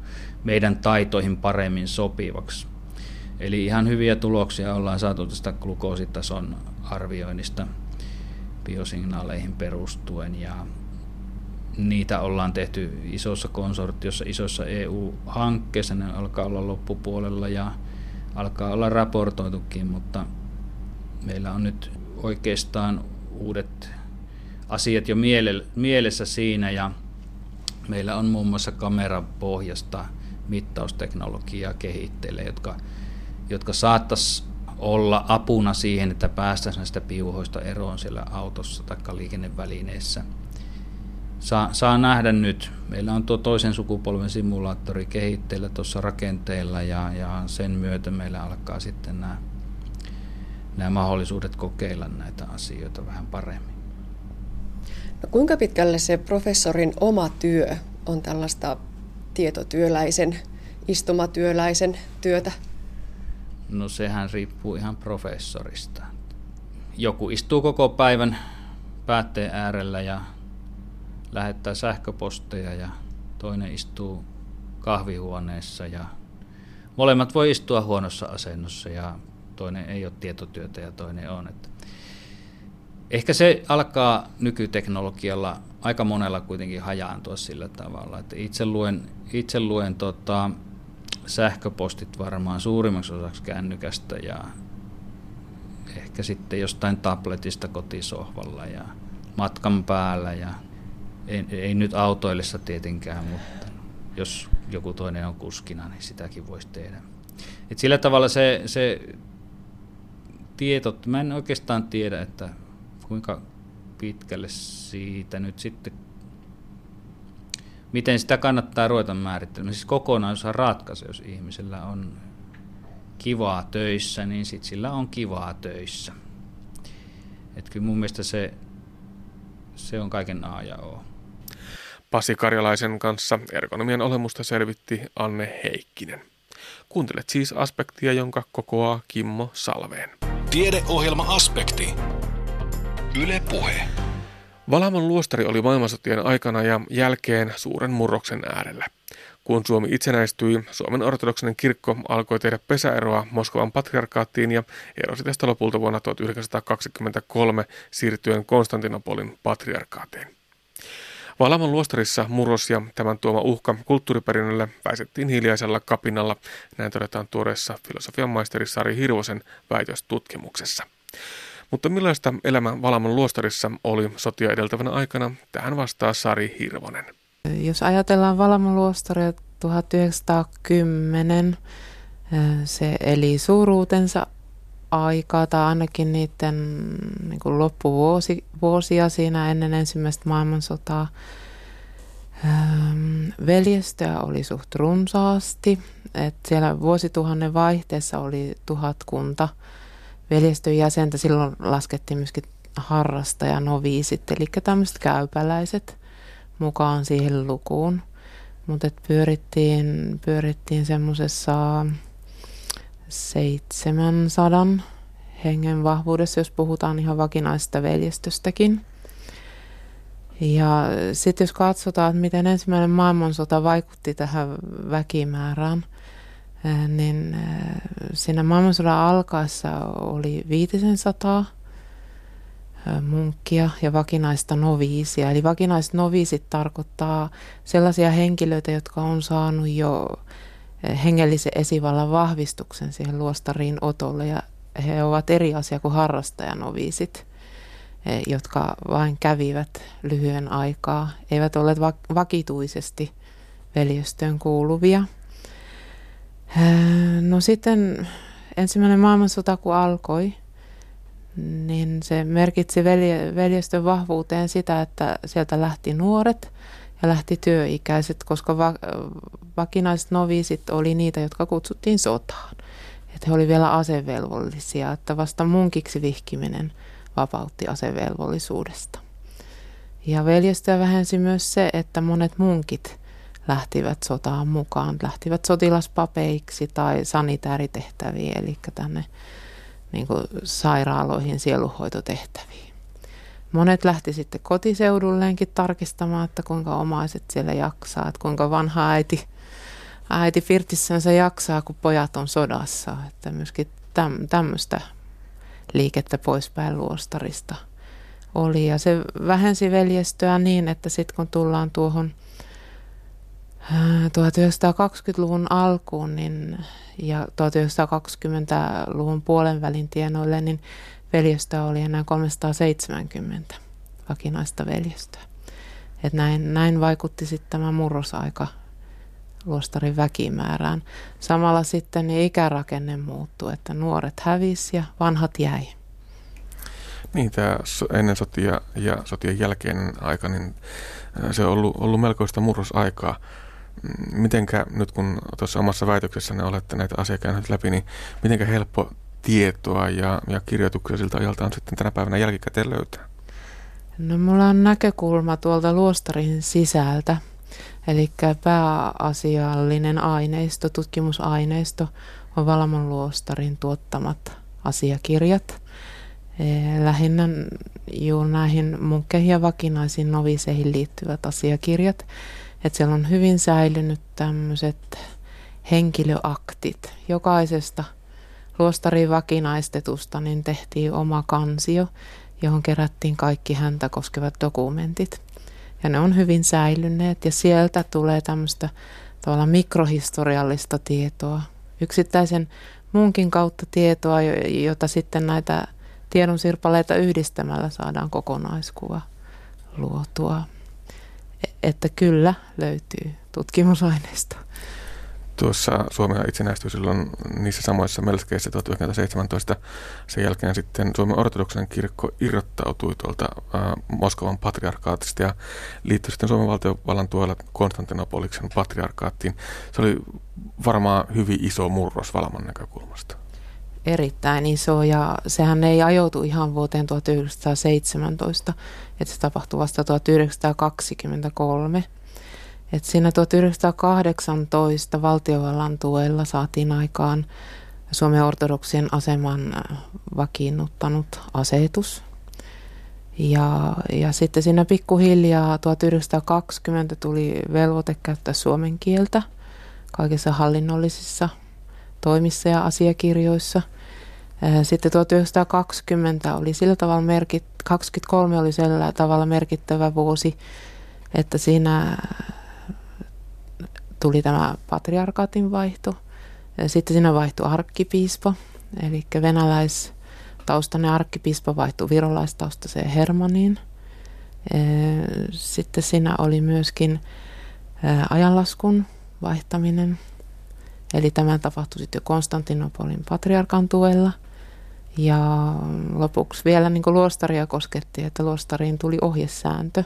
meidän taitoihin paremmin sopivaksi. Eli ihan hyviä tuloksia ollaan saatu tästä glukoositason arvioinnista biosignaaleihin perustuen, ja niitä ollaan tehty isossa konsortiossa, isossa EU-hankkeessa, ne alkaa olla loppupuolella ja alkaa olla raportoitukin, mutta meillä on nyt oikeastaan uudet asiat jo mielessä siinä, ja meillä on muun muassa kamerapohjasta mittausteknologiaa kehitteillä, jotka saattaisi olla apuna siihen, että päästäisiin näistä piuhoista eroon siellä autossa tai liikennevälineessä. Saa nähdä nyt. Meillä on tuo toisen sukupolven simulaattori kehitteillä tuossa rakenteella, ja sen myötä meillä alkaa sitten nämä mahdollisuudet kokeilla näitä asioita vähän paremmin. No, kuinka pitkälle se professorin oma työ on tällaista tietotyöläisen, istumatyöläisen työtä? No sehän riippuu ihan professorista. Joku istuu koko päivän päätteen äärellä ja lähettää sähköposteja, ja toinen istuu kahvihuoneessa, ja molemmat voi istua huonossa asennossa, ja toinen ei ole tietotyötä ja toinen on. Ehkä se alkaa nykyteknologialla aika monella kuitenkin hajaantua sillä tavalla, että itse luen sähköpostit varmaan suurimmaksi osaksi kännykästä ja ehkä sitten jostain tabletista kotisohvalla ja matkan päällä, ja ei nyt autoillessa tietenkään, mutta jos joku toinen on kuskina, niin sitäkin voisi tehdä. Et sillä tavalla se tieto, mä en oikeastaan tiedä, että kuinka pitkälle siitä nyt sitten, miten sitä kannattaa ruveta määrittelemään. Siis kokonaisuus ratkaisee, jos ihmisellä on kivaa töissä, niin sitten sillä on kivaa töissä. Et kyllä mun mielestä se on kaiken A ja O. Pasi Karjalaisen kanssa ergonomian olemusta selvitti Anne Heikkinen. Kuuntelet siis Aspektia, jonka kokoaa Kimmo Salveen. Tiedeohjelma Aspekti. Yle Puhe. Valamon luostari oli maailmansotien aikana ja jälkeen suuren murroksen äärellä. Kun Suomi itsenäistyi, Suomen ortodoksinen kirkko alkoi tehdä pesäeroa Moskovan patriarkaattiin ja erosi tästä lopulta vuonna 1923 siirtyen Konstantinopolin patriarkaatiin. Valamon luostarissa murros ja tämän tuoma uhka kulttuuriperinnölle väisettiin hiljaisella kapinalla, näin todetaan tuoreessa filosofian maisteri Sari Hirvosen väitöstutkimuksessa. Mutta millaista elämä Valamon luostarissa oli sotia edeltävänä aikana, tähän vastaa Sari Hirvonen. Jos ajatellaan Valamon luostaria 1910, se eli suuruutensa aikaa tai ainakin niiden niin kuin loppuvuosia siinä ennen ensimmäistä maailmansotaa. Veljestöä oli suht runsaasti, että siellä vuosituhannen vaihteessa oli 1000 veljestön jäsentä. Silloin laskettiin myöskin harrastajanoviisit, eli tämmöiset käypäläiset mukaan siihen lukuun. Mutta pyörittiin semmoisessa 700 hengen vahvuudessa, jos puhutaan ihan vakinaisesta veljestöstäkin. Ja sitten jos katsotaan, että miten ensimmäinen maailmansota vaikutti tähän väkimäärään, niin siinä maailmansodan alkaessa oli 500 munkkia ja vakinaista noviisia. Eli vakinaiset noviisit tarkoittaa sellaisia henkilöitä, jotka on saanut jo hengellisen esivallan vahvistuksen siihen luostariin otolle. Ja he ovat eri asia kuin harrastajanoviisit, jotka vain kävivät lyhyen aikaa, eivät olleet vakituisesti veljestöön kuuluvia. No sitten ensimmäinen maailmansota kun alkoi, niin se merkitsi veljestön vahvuuteen sitä, että sieltä lähti nuoret ja lähti työikäiset, koska vakinaiset noviisit oli niitä, jotka kutsuttiin sotaan. Että he olivat vielä asevelvollisia, että vasta munkiksi vihkiminen vapautti asevelvollisuudesta. Ja veljestöä vähensi myös se, että monet munkit lähtivät sotaan mukaan, lähtivät sotilaspapeiksi tai sanitääritehtäviin, eli tänne niin kuin sairaaloihin sielunhoitotehtäviin. Monet lähti sitten kotiseudulleenkin tarkistamaan, että kuinka omaiset siellä jaksaa, että kuinka vanha äiti Firtissänsä jaksaa, kun pojat on sodassa. Että myöskin tämmöistä liikettä poispäin luostarista oli. Ja se vähensi veljestöä niin, että sitten kun tullaan tuohon 1920-luvun alkuun ja 1920-luvun puolen välin tienoille, niin veljestöä oli enää 370 vakinaista veljestöä. Et näin vaikutti sitten tämä murrosaika luostarin väkimäärään. Samalla sitten niin ikärakenne muuttui, että nuoret hävisi ja vanhat jäi. Niin, tämä ennen sotia ja sotien jälkeinen aika, niin se on ollut melkoista murrosaikaa. Mitenkä nyt kun tuossa omassa väitöksessänne olette näitä asiaa käyneet läpi, niin mitenkä helppo tietoa ja kirjoituksia siltä ajalta on sitten tänä päivänä jälkikäteen löytää? No mulla on näkökulma tuolta luostarin sisältä, eli pääasiallinen aineisto, tutkimusaineisto on Valamon luostarin tuottamat asiakirjat. Lähinnä juuri näihin munkkeihin ja vakinaisiin noviseihin liittyvät asiakirjat. Että siellä on hyvin säilynyt tämmöiset henkilöaktit. Jokaisesta luostariin vakinaistetusta niin tehtiin oma kansio, johon kerättiin kaikki häntä koskevat dokumentit. Ja ne on hyvin säilyneet ja sieltä tulee tämmöistä tavallaan mikrohistoriallista tietoa. Yksittäisen munkin kautta tietoa, jota sitten näitä tiedonsirpaleita yhdistämällä saadaan kokonaiskuva luotua. Että kyllä löytyy tutkimusaineisto. Tuossa Suomi itsenäistyi silloin niissä samoissa melskeissä 1917. Sen jälkeen sitten Suomen ortodoksinen kirkko irrottautui tuolta Moskovan patriarkaatista ja liittyi sitten Suomen valtiovallan tuella Konstantinopoliksen patriarkaattiin. Se oli varmaan hyvin iso murros Valamon näkökulmasta. Erittäin iso ja sehän ei ajoitu ihan vuoteen 1917, että se tapahtui vasta 1923. Että siinä 1918 valtiovallan tuella saatiin aikaan Suomen ortodoksien aseman vakiinnuttanut asetus. Ja sitten siinä pikkuhiljaa 1920 tuli velvoite käyttää suomen kieltä kaikissa hallinnollisissa toimissa ja asiakirjoissa. Sitten 1920 oli sillä tavalla 23 oli sillä tavalla merkittävä vuosi, että siinä tuli tämä patriarkaatin vaihto. Sitten siinä vaihtui arkkipiispa, eli venäläistaustainen arkkipiispa vaihtui virolaistaustaiseen Hermanniin. Sitten siinä oli myöskin ajanlaskun vaihtaminen, eli tämä tapahtui sitten Konstantinopolin patriarkan tuella. Ja lopuksi vielä niin kuin luostaria koskettiin, että luostariin tuli ohjesääntö.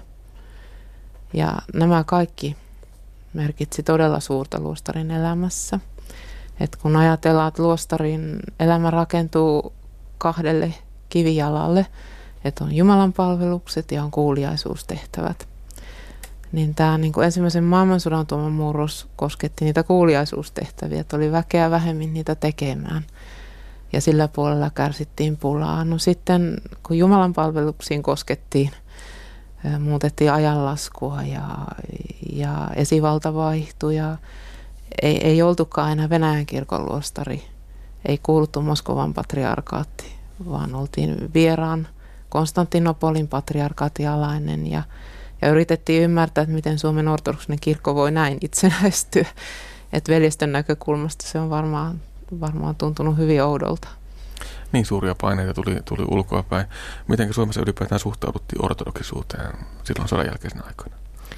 Ja nämä kaikki merkitsi todella suurta luostarin elämässä. Et kun ajatellaan, että luostarin elämä rakentuu 2 kivijalalle, että on Jumalan palvelukset ja on kuuliaisuustehtävät, niin tämä niin kuin ensimmäisen maailmansodan tuoma murros kosketti niitä kuuliaisuustehtäviä, että oli väkeä vähemmin niitä tekemään. Ja sillä puolella kärsittiin pulaa. No sitten, kun Jumalan palveluksiin koskettiin, muutettiin ajanlaskua ja esivalta vaihtui ja ei oltukaan enää Venäjän kirkon luostari. Ei kuuluttu Moskovan patriarkaattiin, vaan oltiin vieraan Konstantinopolin patriarkaatin alainen ja yritettiin ymmärtää, että miten Suomen ortodoksinen kirkko voi näin itsenäistyä. Että veljestön näkökulmasta se on varmaan tuntunut hyvin oudolta. Niin suuria paineita tuli ulkoapäin. Miten Suomessa ylipäätään suhtauduttiin ortodoksisuuteen silloin sodan jälkeisenä aikoina?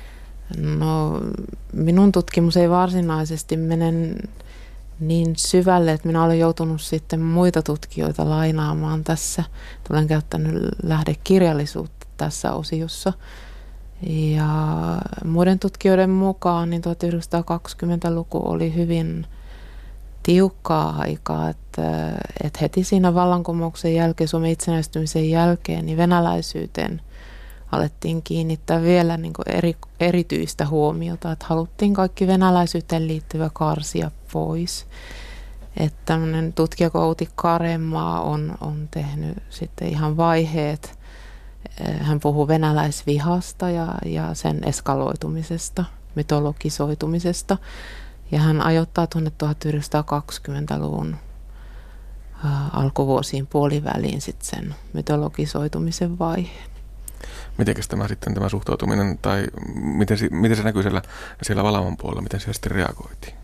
No minun tutkimus ei varsinaisesti mene niin syvälle, että minä olen joutunut sitten muita tutkijoita lainaamaan tässä. Olen käyttänyt lähdekirjallisuutta tässä osiossa. Ja muiden tutkijoiden mukaan niin 1920-luku oli hyvin tiukkaa aikaa, että heti siinä vallankumouksen jälkeen, Suomen itsenäistymisen jälkeen, niin venäläisyyteen alettiin kiinnittää vielä niin kuin erityistä huomiota, että haluttiin kaikki venäläisyyteen liittyvä karsia pois. Että tämmöinen tutkija kuin Outi Karemaa on tehnyt sitten ihan vaiheet. Hän puhuu venäläisvihasta ja sen eskaloitumisesta, mytologisoitumisesta. Ja hän ajoittaa tuonne 1920-luvun alkuvuosiin puoliväliin sitten sen mytologisoitumisen vaiheen. Mitenkäs tämä suhtautuminen, tai miten se näkyy siellä Valamon puolella, miten siellä sitten reagoitiin?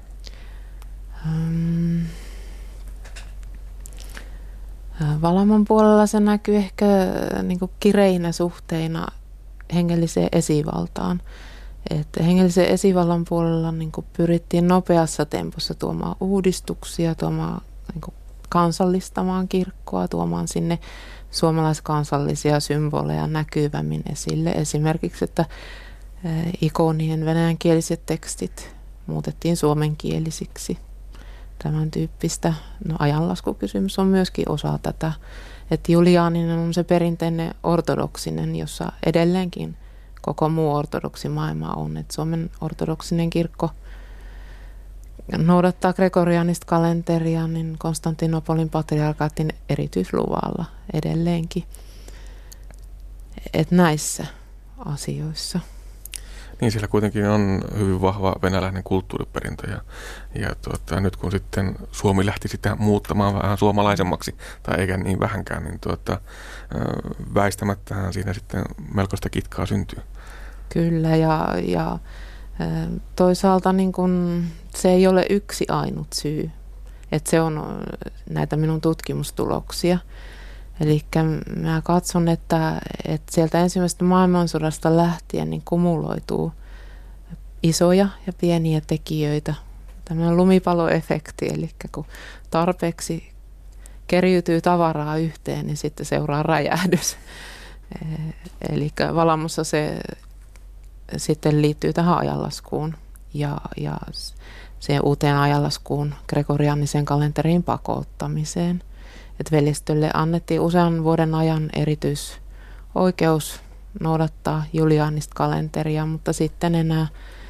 Valamon puolella se näkyy ehkä niin kuin kireinä suhteina hengelliseen esivaltaan. Että hengellisen esivallan puolella niin kuin pyrittiin nopeassa tempossa tuomaan uudistuksia, tuomaan niin kuin kansallistamaan kirkkoa, tuomaan sinne suomalaiskansallisia symboleja näkyvämmin esille. Esimerkiksi, että ikonien venäjänkieliset tekstit muutettiin suomenkielisiksi. Tämän tyyppistä. No, ajanlaskukysymys on myöskin osa tätä. Että Juliaaninen on se perinteinen ortodoksinen, jossa edelleenkin koko muu ortodoksimaailma on. Että Suomen ortodoksinen kirkko noudattaa gregorianista kalenteria niin Konstantinopolin patriarkaatin erityisluvalla edelleenkin. Että näissä asioissa. Niin, siellä kuitenkin on hyvin vahva venäläinen kulttuuriperintö ja nyt kun sitten Suomi lähti sitä muuttamaan vähän suomalaisemmaksi, tai eikä niin vähänkään, niin väistämättähän siinä sitten melkoista kitkaa syntyy. Kyllä, ja toisaalta niin kun se ei ole yksi ainut syy, että se on näitä minun tutkimustuloksia. Eli mä katson, että sieltä ensimmäisestä maailmansodasta lähtien niin kumuloituu isoja ja pieniä tekijöitä. Tämmöinen lumipalloefekti, eli kun tarpeeksi keriytyy tavaraa yhteen, niin sitten seuraa räjähdys. Eli Valamossa se sitten liittyy tähän ajanlaskuun ja siihen uuteen ajanlaskuun, gregorianiseen kalenteriin pakottamiseen. Että veljestölle annettiin usean vuoden ajan erityisoikeus noudattaa juliaanista kalenteria, mutta sitten enää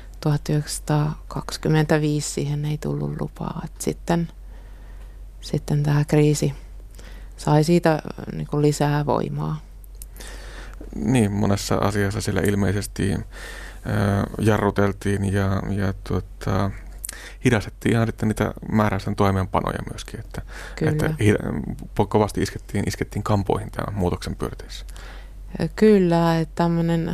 1925 siihen ei tullut lupaa. Et sitten tämä kriisi sai siitä niin kuin lisää voimaa. Niin, monessa asiassa siellä ilmeisesti jarruteltiin ja hidastettiin ihan sitten niitä määräysten toimeenpanoja myöskin, että kovasti iskettiin kampoihin tämän muutoksen pyörteissä. Kyllä, että tämmöinen,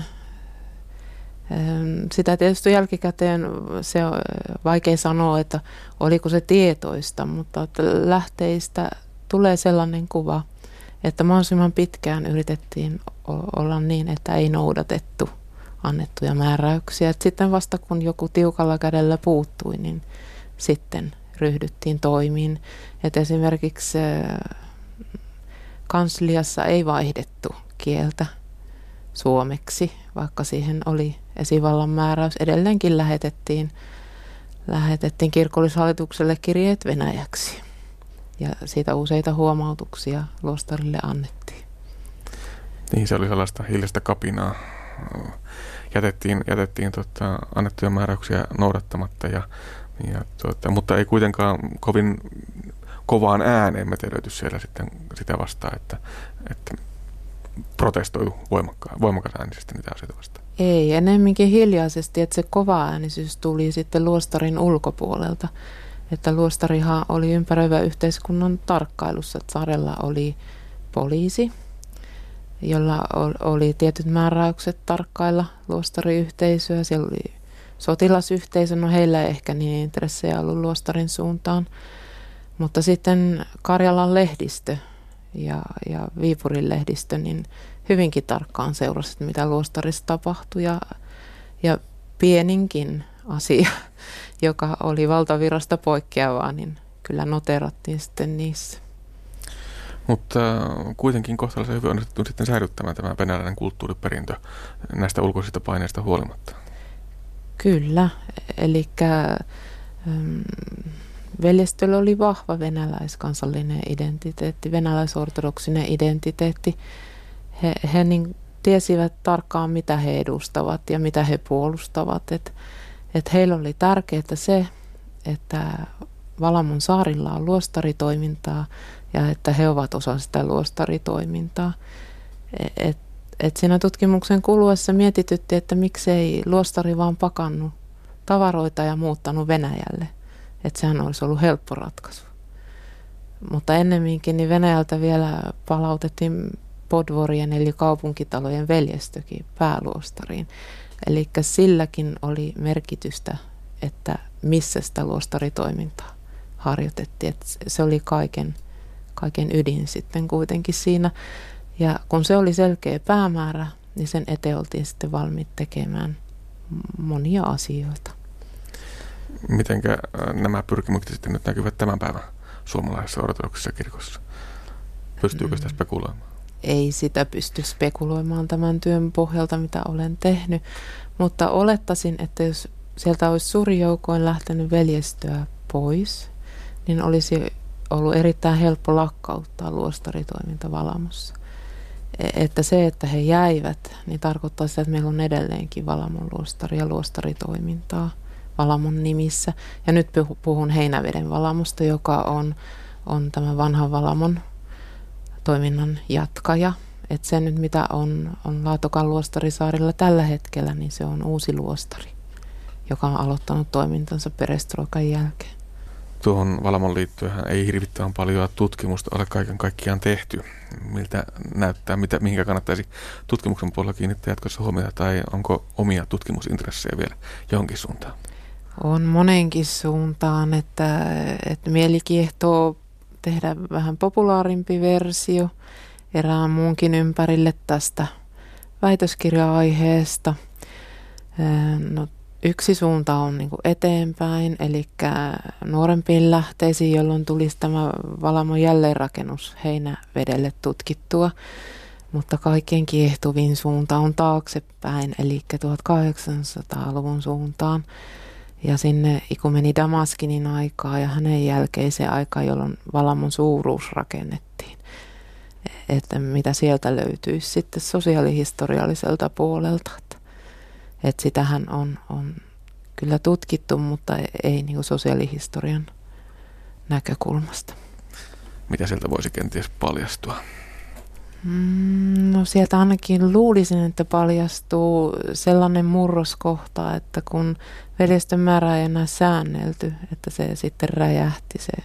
sitä tietysti jälkikäteen se on vaikea sanoa, että oliko se tietoista, mutta että lähteistä tulee sellainen kuva, että mahdollisimman pitkään yritettiin olla niin, että ei noudatettu annettuja määräyksiä. Et sitten vasta kun joku tiukalla kädellä puuttui, niin sitten ryhdyttiin toimiin. Et esimerkiksi kansliassa ei vaihdettu kieltä suomeksi, vaikka siihen oli esivallan määräys. Edelleenkin lähetettiin kirkollishallitukselle kirjeet venäjäksi. Ja siitä useita huomautuksia luostarille annettiin. Niin, se oli sellaista hiljaista kapinaa. Jätettiin annettuja määräyksiä noudattamatta, mutta ei kuitenkaan kovin kovaan ääneen metelöity siellä sitten sitä vastaan, että protestoitu voimakas äänisesti niitä asioita vastaan. Ei, enemmänkin hiljaisesti, että se kova äänisyys tuli sitten luostarin ulkopuolelta. Että luostarihan oli ympäröivä yhteiskunnan tarkkailussa. Saarella oli poliisi, jolla oli tietyt määräykset tarkkailla luostariyhteisöä. Siellä oli sotilasyhteisö, no heillä ei ehkä niin intressejä ollut luostarin suuntaan. Mutta sitten Karjalan lehdistö ja Viipurin lehdistö niin hyvinkin tarkkaan seurasi, mitä luostarissa tapahtui. Ja pieninkin asia, joka oli valtavirrasta poikkeavaa, niin kyllä noterattiin sitten niissä. Mutta kuitenkin kohtalaisen hyvin onnistuttu sitten säilyttämään tämä venäläinen kulttuuriperintö näistä ulkoisista paineista huolimatta. Kyllä, eli veljestöllä oli vahva venäläiskansallinen identiteetti, venäläisortodoksinen identiteetti. He niin tiesivät tarkkaan, mitä he edustavat ja mitä he puolustavat. Et heillä oli tärkeää se, että Valamon saarilla on luostaritoimintaa ja että he ovat osa sitä luostaritoimintaa. Et siinä tutkimuksen kuluessa mietitytti, että miksei luostari vaan pakannut tavaroita ja muuttanut Venäjälle. Että sehän olisi ollut helppo ratkaisu. Mutta ennemminkin niin Venäjältä vielä palautettiin podvorien eli kaupunkitalojen veljestökin pääluostariin. Eli silläkin oli merkitystä, että missä sitä luostaritoimintaa harjoitettiin. Että se oli kaiken ydin sitten kuitenkin siinä. Ja kun se oli selkeä päämäärä, niin sen eteen oltiin sitten valmiit tekemään monia asioita. Mitenkä nämä pyrkimykset sitten nyt näkyvät tämän päivän suomalaisessa ortodoksisessa kirkossa? Pystyykö sitä spekuloimaan? Ei sitä pysty spekuloimaan tämän työn pohjalta, mitä olen tehnyt, mutta olettaisin, että jos sieltä olisi suuri joukoin lähtenyt veljestöä pois, niin olisi ollut erittäin helppo lakkauttaa luostaritoiminta Valamossa. Että se, että he jäivät, niin tarkoittaa sitä, että meillä on edelleenkin Valamon luostari ja luostaritoimintaa Valamon nimissä. Ja nyt puhun Heinäveden Valamosta, joka on tämän vanhan Valamon toiminnan jatkaja. Että se nyt, mitä on Laatokan luostarisaarilla tällä hetkellä, niin se on uusi luostari, joka on aloittanut toimintansa perestroikan jälkeen. Tuohon Valamon liittyen ei hirvittävän paljon tutkimusta ole kaiken kaikkiaan tehty. Miltä näyttää, mihinkä kannattaisi tutkimuksen puolella kiinnittää jatkossa huomiota, tai onko omia tutkimusintressejä vielä johonkin suuntaan? On monenkin suuntaan, että mieli kiehtoo tehdä vähän populaarimpi versio erään muunkin ympärille tästä väitöskirja-aiheesta. No, yksi suunta on niin kuin eteenpäin, eli nuorempiin lähteisiin, jolloin tulisi tämä Valamon jälleenrakennus Heinävedelle tutkittua. Mutta kaikkein kiehtuvin suunta on taaksepäin, eli 1800-luvun suuntaan. Ja sinne ikumeni Damaskinin aikaa ja hänen jälkeiseen aikaan, jolloin Valamon suuruus rakennettiin. Että mitä sieltä löytyisi sitten sosiaalihistorialliselta puolelta. Että sitähän on kyllä tutkittu, mutta ei niin kuin sosiaalihistorian näkökulmasta. Mitä sieltä voisi kenties paljastua? No sieltä ainakin luulisin, että paljastuu sellainen murroskohta, että kun veljestön määrä ei enää säännelty, että se sitten räjähti se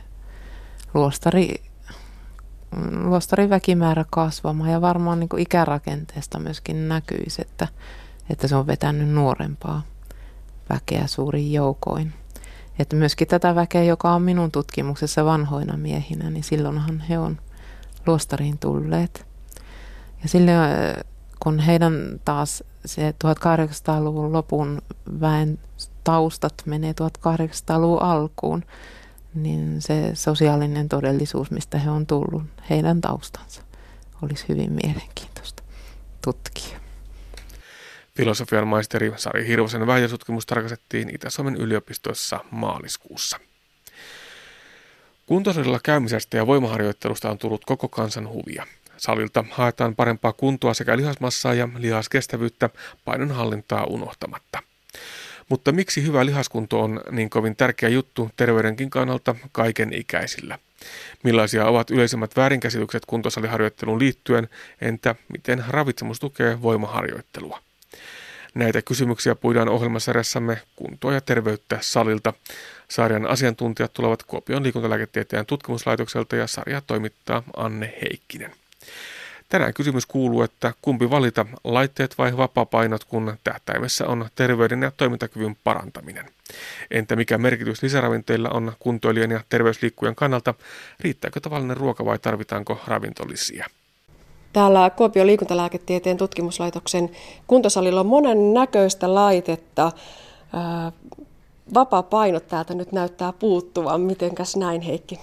luostarin väkimäärä kasvamaan ja varmaan niin kuin ikärakenteesta myöskin näkyisi, että se on vetänyt nuorempaa väkeä suurin joukoin. Että myöskin tätä väkeä, joka on minun tutkimuksessa vanhoina miehinä, niin silloinhan he on luostariin tulleet. Ja silloin, kun heidän taas se 1800-luvun lopun väen taustat menee 1800-luvun alkuun, niin se sosiaalinen todellisuus, mistä he on tullut, heidän taustansa, olisi hyvin mielenkiintoista tutkia. Filosofian maisteri Sari Hirvosen väitöstutkimus tarkastettiin Itä-Suomen yliopistossa maaliskuussa. Kuntosalilla käymisestä ja voimaharjoittelusta on tullut koko kansan huvia. Salilta haetaan parempaa kuntoa sekä lihasmassaa ja lihaskestävyyttä painonhallintaa unohtamatta. Mutta miksi hyvä lihaskunto on niin kovin tärkeä juttu terveydenkin kannalta kaiken ikäisillä? Millaisia ovat yleisimmät väärinkäsitykset kuntosaliharjoitteluun liittyen, entä miten ravitsemus tukee voimaharjoittelua? Näitä kysymyksiä puidaan ohjelmasarjassamme Kuntoa ja terveyttä salilta. Sarjan asiantuntijat tulevat Kuopion liikuntalääketieteen tutkimuslaitokselta ja sarjaa toimittaa Anne Heikkinen. Tänään kysymys kuuluu, että kumpi valita, laitteet vai vapaapainot, kun tähtäimessä on terveyden ja toimintakyvyn parantaminen. Entä mikä merkitys lisäravinteilla on kuntoilijan ja terveysliikkujan kannalta? Riittääkö tavallinen ruoka vai tarvitaanko ravintolisia? Täällä Kuopion liikuntalääketieteen tutkimuslaitoksen kuntosalilla on monen näköistä laitetta. Vapaapainot täältä nyt näyttää puuttuvan. Mitenkäs näin, Heikki?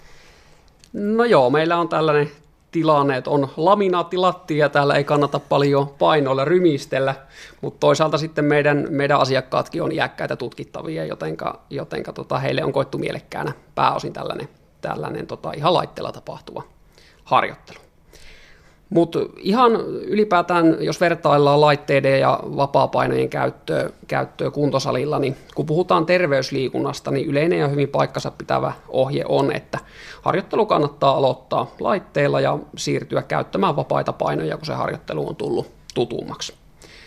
No joo, meillä on tällainen tilanne, että on laminaattilatti ja täällä ei kannata paljon painoilla rymistellä, mutta toisaalta sitten meidän asiakkaatkin on iäkkäitä tutkittavia, jotenka heille on koettu mielekkäänä pääosin tällainen ihan laitteella tapahtuva harjoittelu. Mutta ihan ylipäätään, jos vertaillaan laitteiden ja vapaapainojen käyttöä kuntosalilla, niin kun puhutaan terveysliikunnasta, niin yleinen ja hyvin paikkansa pitävä ohje on, että harjoittelu kannattaa aloittaa laitteilla ja siirtyä käyttämään vapaita painoja, kun se harjoittelu on tullut tutummaksi.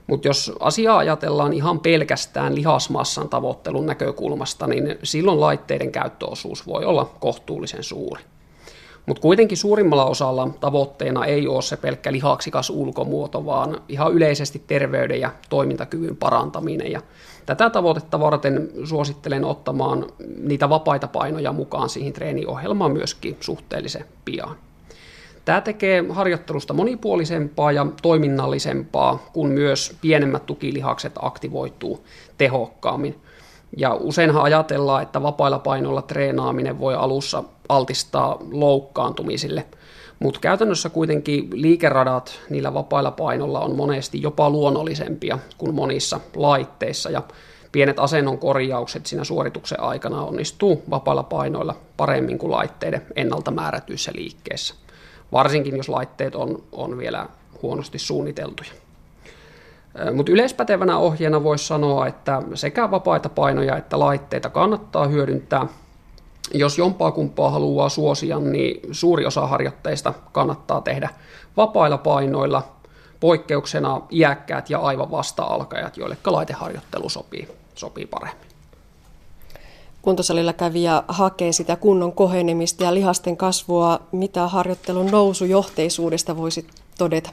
Mutta jos asiaa ajatellaan ihan pelkästään lihasmassan tavoittelun näkökulmasta, niin silloin laitteiden käyttöosuus voi olla kohtuullisen suuri. Mutta kuitenkin suurimmalla osalla tavoitteena ei ole se pelkkä lihaksikas ulkomuoto, vaan ihan yleisesti terveyden ja toimintakyvyn parantaminen. Ja tätä tavoitetta varten suosittelen ottamaan niitä vapaita painoja mukaan siihen treeniohjelmaan myöskin suhteellisen pian. Tämä tekee harjoittelusta monipuolisempaa ja toiminnallisempaa, kun myös pienemmät tukilihakset aktivoituu tehokkaammin. Ja useinhan ajatellaan, että vapailla painoilla treenaaminen voi alussa altistaa loukkaantumisille, mutta käytännössä kuitenkin liikeradat niillä vapailla painoilla on monesti jopa luonnollisempia kuin monissa laitteissa, ja pienet asennon korjaukset siinä suorituksen aikana onnistuu vapailla painoilla paremmin kuin laitteiden ennalta määrätyissä liikkeissä, varsinkin jos laitteet on vielä huonosti suunniteltuja. Mutta yleispätevänä ohjeena voisi sanoa, että sekä vapaita painoja että laitteita kannattaa hyödyntää. Jos jompaa kumpaa haluaa suosia, niin suuri osa harjoitteista kannattaa tehdä vapailla painoilla, poikkeuksena iäkkäät ja aivan vasta-alkajat, joille laiteharjoittelu sopii paremmin. Kuntosalilla kävijä hakee sitä kunnon kohenemista ja lihasten kasvua. Mitä harjoittelun nousujohteisuudesta voisit todeta?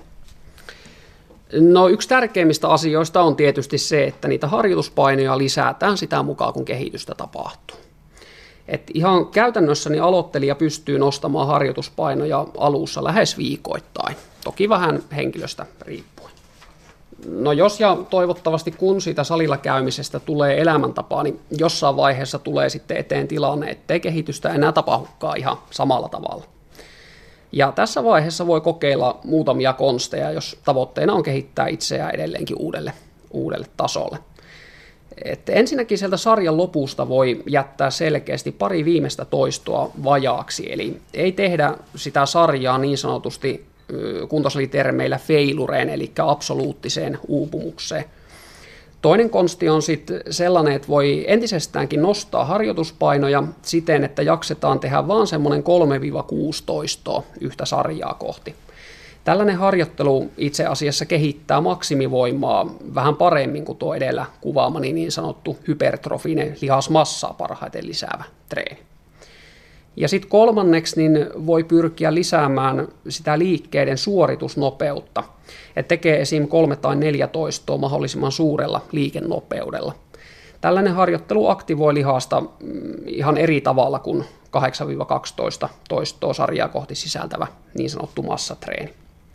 No, yksi tärkeimmistä asioista on tietysti se, että niitä harjoituspainoja lisätään sitä mukaan, kun kehitystä tapahtuu. Et ihan käytännössä niin aloittelija pystyy nostamaan harjoituspainoja alussa lähes viikoittain, toki vähän henkilöstä riippuen. No jos ja toivottavasti kun siitä salilla käymisestä tulee elämäntapaa, niin jossain vaiheessa tulee sitten eteen tilanne, ettei kehitystä enää tapahdukaan ihan samalla tavalla. Ja tässä vaiheessa voi kokeilla muutamia konsteja, jos tavoitteena on kehittää itseään edelleenkin uudelle tasolle. Et ensinnäkin sieltä sarjan lopusta voi jättää selkeästi pari viimeistä toistoa vajaaksi, eli ei tehdä sitä sarjaa niin sanotusti kuntosalitermeillä failureen, eli absoluuttiseen uupumukseen. Toinen konsti on sitten sellainen, että voi entisestäänkin nostaa harjoituspainoja siten, että jaksetaan tehdä vaan semmoinen 3-6 toistoa yhtä sarjaa kohti. Tällainen harjoittelu itse asiassa kehittää maksimivoimaa vähän paremmin kuin tuo edellä kuvaamani niin sanottu hypertrofinen lihasmassaa parhaiten lisäävä treeni. Ja sitten kolmanneksi niin voi pyrkiä lisäämään sitä liikkeiden suoritusnopeutta, että tekee esim. 3 tai 4 toistoa mahdollisimman suurella liikennopeudella. Tällainen harjoittelu aktivoi lihasta ihan eri tavalla kuin 8-12 toistoa sarjaa kohti sisältävä niin sanottu massatreeni.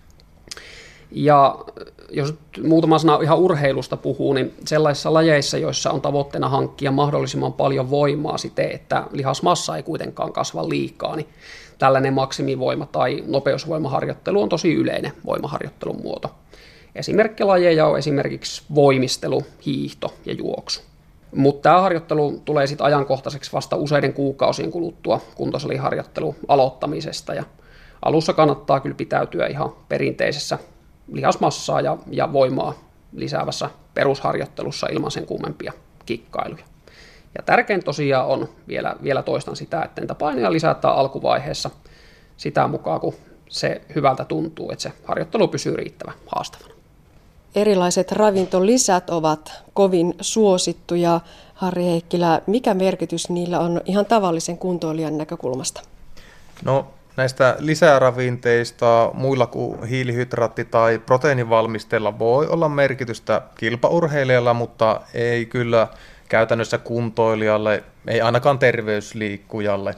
Ja jos muutama sana ihan urheilusta puhuu, niin sellaisissa lajeissa, joissa on tavoitteena hankkia mahdollisimman paljon voimaa siten, että lihasmassa ei kuitenkaan kasva liikaa, niin tällainen maksimivoima- tai nopeusvoimaharjoittelu on tosi yleinen voimaharjoittelun muoto. Esimerkkilajeja on esimerkiksi voimistelu, hiihto ja juoksu. Mutta tämä harjoittelu tulee sitten ajankohtaiseksi vasta useiden kuukausien kuluttua kuntosaliharjoittelun aloittamisesta. Ja alussa kannattaa kyllä pitäytyä ihan perinteisessä lihasmassaa ja voimaa lisäävässä perusharjoittelussa ilman sen kummempia kikkailuja. Ja tärkein tosiaan on, vielä toistan sitä, että niitä painoja lisätään alkuvaiheessa sitä mukaan, kun se hyvältä tuntuu, että se harjoittelu pysyy riittävän haastavana. Erilaiset ravintolisät ovat kovin suosittuja. Harri Heikkilä, mikä merkitys niillä on ihan tavallisen kuntoilijan näkökulmasta? No, näistä lisäravinteista muilla kuin hiilihydraatti- tai proteiinivalmisteilla voi olla merkitystä kilpaurheilijalla, mutta ei kyllä käytännössä kuntoilijalle, ei ainakaan terveysliikkujalle.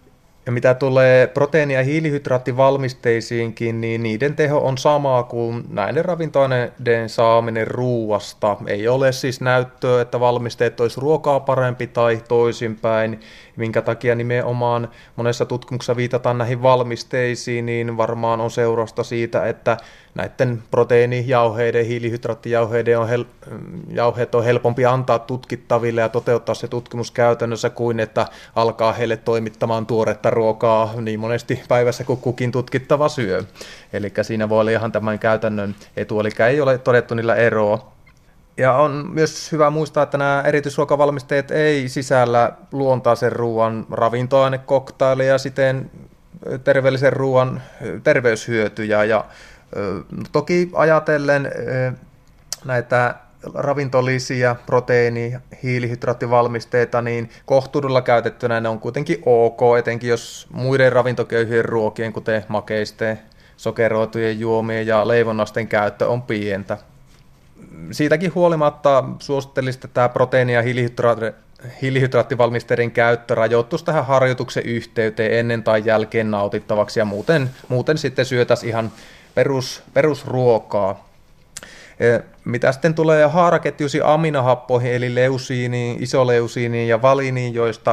Ja mitä tulee proteiini- ja hiilihydraattivalmisteisiinkin, niin niiden teho on sama kuin näiden ravintoaineiden saaminen ruuasta. Ei ole siis näyttöä, että valmisteet olisi ruokaa parempi tai toisinpäin, minkä takia nimenomaan monessa tutkimuksessa viitataan näihin valmisteisiin, niin varmaan on seurausta siitä, että näiden proteiinijauheiden, hiilihydraattijauheiden jauheet on helpompi antaa tutkittaville ja toteuttaa se tutkimus käytännössä kuin että alkaa heille toimittamaan tuoretta ruokaa niin monesti päivässä kuin kukin tutkittava syö. Eli siinä voi olla ihan tämän käytännön etu, eli ei ole todettu niillä eroa. Ja on myös hyvä muistaa, että nämä erityisruokavalmisteet ei sisällä luontaisen ruoan ravintoainekoktaileja ja siten terveellisen ruoan terveyshyötyjä. Ja toki ajatellen näitä ravintolisia, proteiini- hiilihydraattivalmisteita, niin kohtuudella käytettynä ne on kuitenkin ok, etenkin jos muiden ravintoköyhien ruokien, kuten makeisten, sokeroitujen juomien ja leivonnasten käyttö on pientä. Siitäkin huolimatta suosittelisin, että tämä proteiini- ja hiilihydraattivalmisteiden käyttö rajoittuisi tähän harjoituksen yhteyteen ennen tai jälkeen nautittavaksi, ja muuten sitten syötäisiin ihan perusruokaa. Mitä sitten tulee haaraketjuisiin aminohappoihin, eli leusiiniin, isoleusiiniin ja valiniin, joista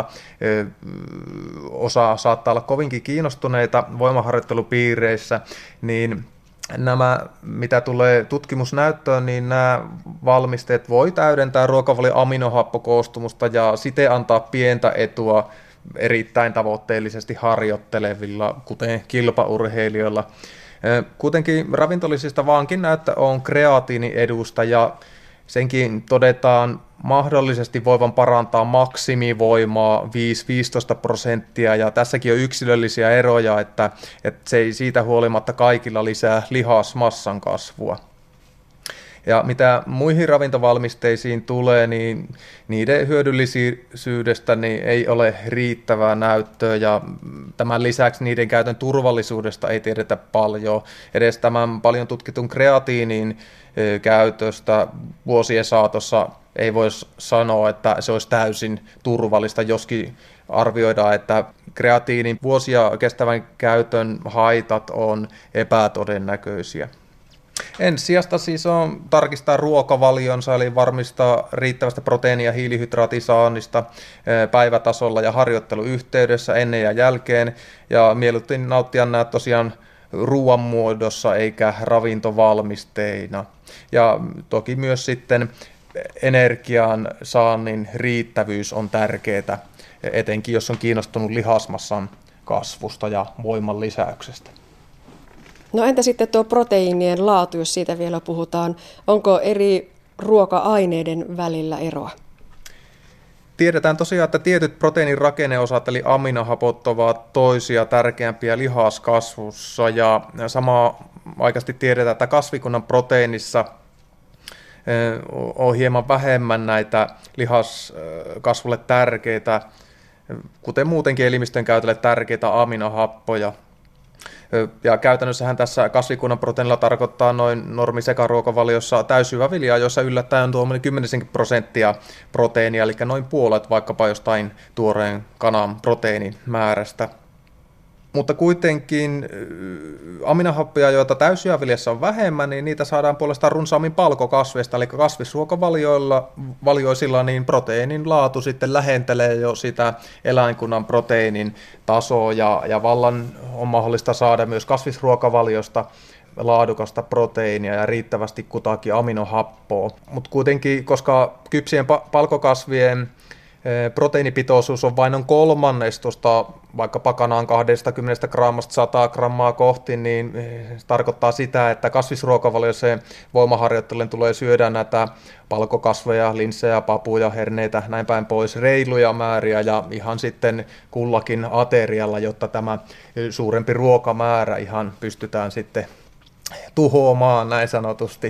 osa saattaa olla kovinkin kiinnostuneita voimaharjoittelupiireissä, niin nämä, mitä tulee tutkimusnäyttöön, niin nämä valmisteet voi täydentää ruokavalion aminohappokoostumusta ja siten antaa pientä etua erittäin tavoitteellisesti harjoittelevilla, kuten kilpaurheilijoilla. Kuitenkin ravintolisista vaankin näyttö on kreatiiniedusta, ja senkin todetaan mahdollisesti voivan parantaa maksimivoimaa 5-15%, ja tässäkin on yksilöllisiä eroja, että se ei siitä huolimatta kaikilla lisää lihasmassan kasvua. Ja mitä muihin ravintovalmisteisiin tulee, niin niiden hyödyllisyydestä niin ei ole riittävää näyttöä, ja tämän lisäksi niiden käytön turvallisuudesta ei tiedetä paljon. Edes tämän paljon tutkitun kreatiinin käytöstä vuosien saatossa ei voisi sanoa, että se olisi täysin turvallista, joskin arvioidaan, että kreatiinin vuosia kestävän käytön haitat on epätodennäköisiä. Ensisijasta siis on tarkistaa ruokavalionsa, eli varmistaa riittävästä proteiini- ja hiilihydraatisaannista päivätasolla ja harjoitteluyhteydessä ennen ja jälkeen, ja mieluiten nauttia nämä tosiaan ruoan muodossa eikä ravintovalmisteina. Ja toki myös sitten energian saannin riittävyys on tärkeää, etenkin jos on kiinnostunut lihasmassan kasvusta ja voiman lisäyksestä. No entä sitten tuo proteiinien laatu, jos siitä vielä puhutaan? Onko eri ruoka-aineiden välillä eroa? Tiedetään tosiaan, että tietyt proteiinin rakenneosat eli aminohapot ovat toisia tärkeämpiä lihaskasvussa, ja samaan aikaisesti tiedetään, että kasvikunnan proteiinissa on hieman vähemmän näitä lihaskasvulle tärkeitä, kuten muutenkin elimistön käytölle tärkeitä aminohappoja. Ja käytännössähän tässä kasvikunnan proteiinilla tarkoittaa noin normisekaruokavaliossa täysjyväviljaa, jossa yllättäen on tuommoinen 10% proteiinia, eli noin puolet vaikkapa jostain tuoreen kanan proteiinimäärästä. Mutta kuitenkin aminohappoja, joita täysjyväviljassa on vähemmän, niin niitä saadaan puolestaan runsaammin palkokasveista, eli kasvisruokavalioisilla niin proteiinin laatu sitten lähentelee jo sitä eläinkunnan proteiinin tasoa, ja vallan on mahdollista saada myös kasvisruokavaliosta laadukasta proteiinia ja riittävästi kutakin aminohappoa. Mutta kuitenkin, koska kypsien palkokasvien proteiinipitoisuus on vain noin kolmannes tuosta vaikkapa kanaan 20 grammasta 100 grammaa kohti, niin se tarkoittaa sitä, että kasvisruokavaliossa voimaharjoittelen tulee syödä näitä palkokasveja, linssejä, papuja, herneitä, näin päin pois reiluja määriä ja ihan sitten kullakin aterialla, jotta tämä suurempi ruokamäärä ihan pystytään sitten tuhoamaan näin sanotusti.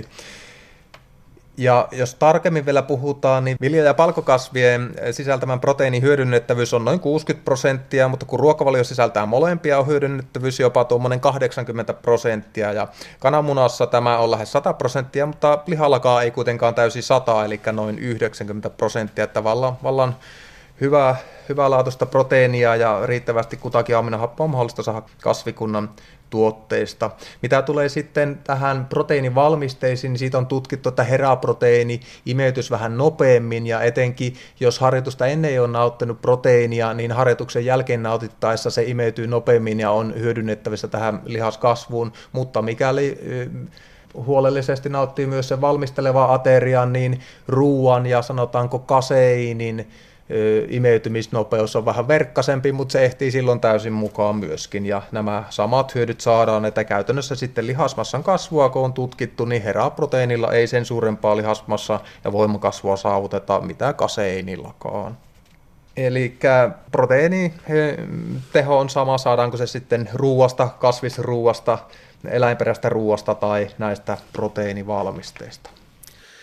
Ja jos tarkemmin vielä puhutaan, niin vilja- ja palkokasvien sisältämän proteiinin hyödynnettävyys on noin 60%, mutta kun ruokavalio sisältää molempia, on hyödynnettävyys jopa tuommoinen 80%, ja kananmunassa tämä on lähes 100%, mutta lihallakaan ei kuitenkaan täysin 100, eli noin 90%, että vallan hyvälaatuista proteiinia ja riittävästi kutakin aminohappoa on mahdollista saada kasvikunnan tuotteista. Mitä tulee sitten tähän proteiinivalmisteisiin, niin siitä on tutkittu, että heraproteiini imeytys vähän nopeammin, ja etenkin jos harjoitusta ennen ei ole nauttinut proteiinia, niin harjoituksen jälkeen nautittaessa se imeytyy nopeammin ja on hyödynnettävissä tähän lihaskasvuun, mutta mikäli huolellisesti nauttii myös sen valmisteleva aterian, niin ruuan ja sanotaanko kaseiinin imeytymisnopeus on vähän verkkaisempi, mutta se ehtii silloin täysin mukaan myöskin, ja nämä samat hyödyt saadaan, että käytännössä sitten lihasmassan kasvua, kun on tutkittu, niin heraproteiinilla ei sen suurempaa lihasmassa ja voimakasvua saavuteta mitä kaseinillakaan. Eli proteiiniteho on sama, saadaanko se sitten ruuasta, kasvisruuasta, eläinperäistä ruuasta tai näistä proteiinivalmisteista.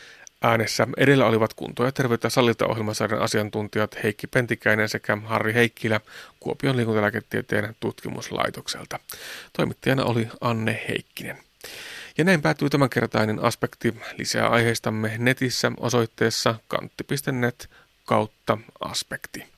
Äänessä edellä olivat Kuntoa ja terveyttä salilta -ohjelmasarjan asiantuntijat Heikki Pentikäinen sekä Harri Heikkilä Kuopion liikuntalääketieteen tutkimuslaitokselta. Toimittajana oli Anne Heikkinen. Ja näin päättyy tämänkertainen Aspekti. Lisää aiheistamme netissä osoitteessa kantti.net/aspekti.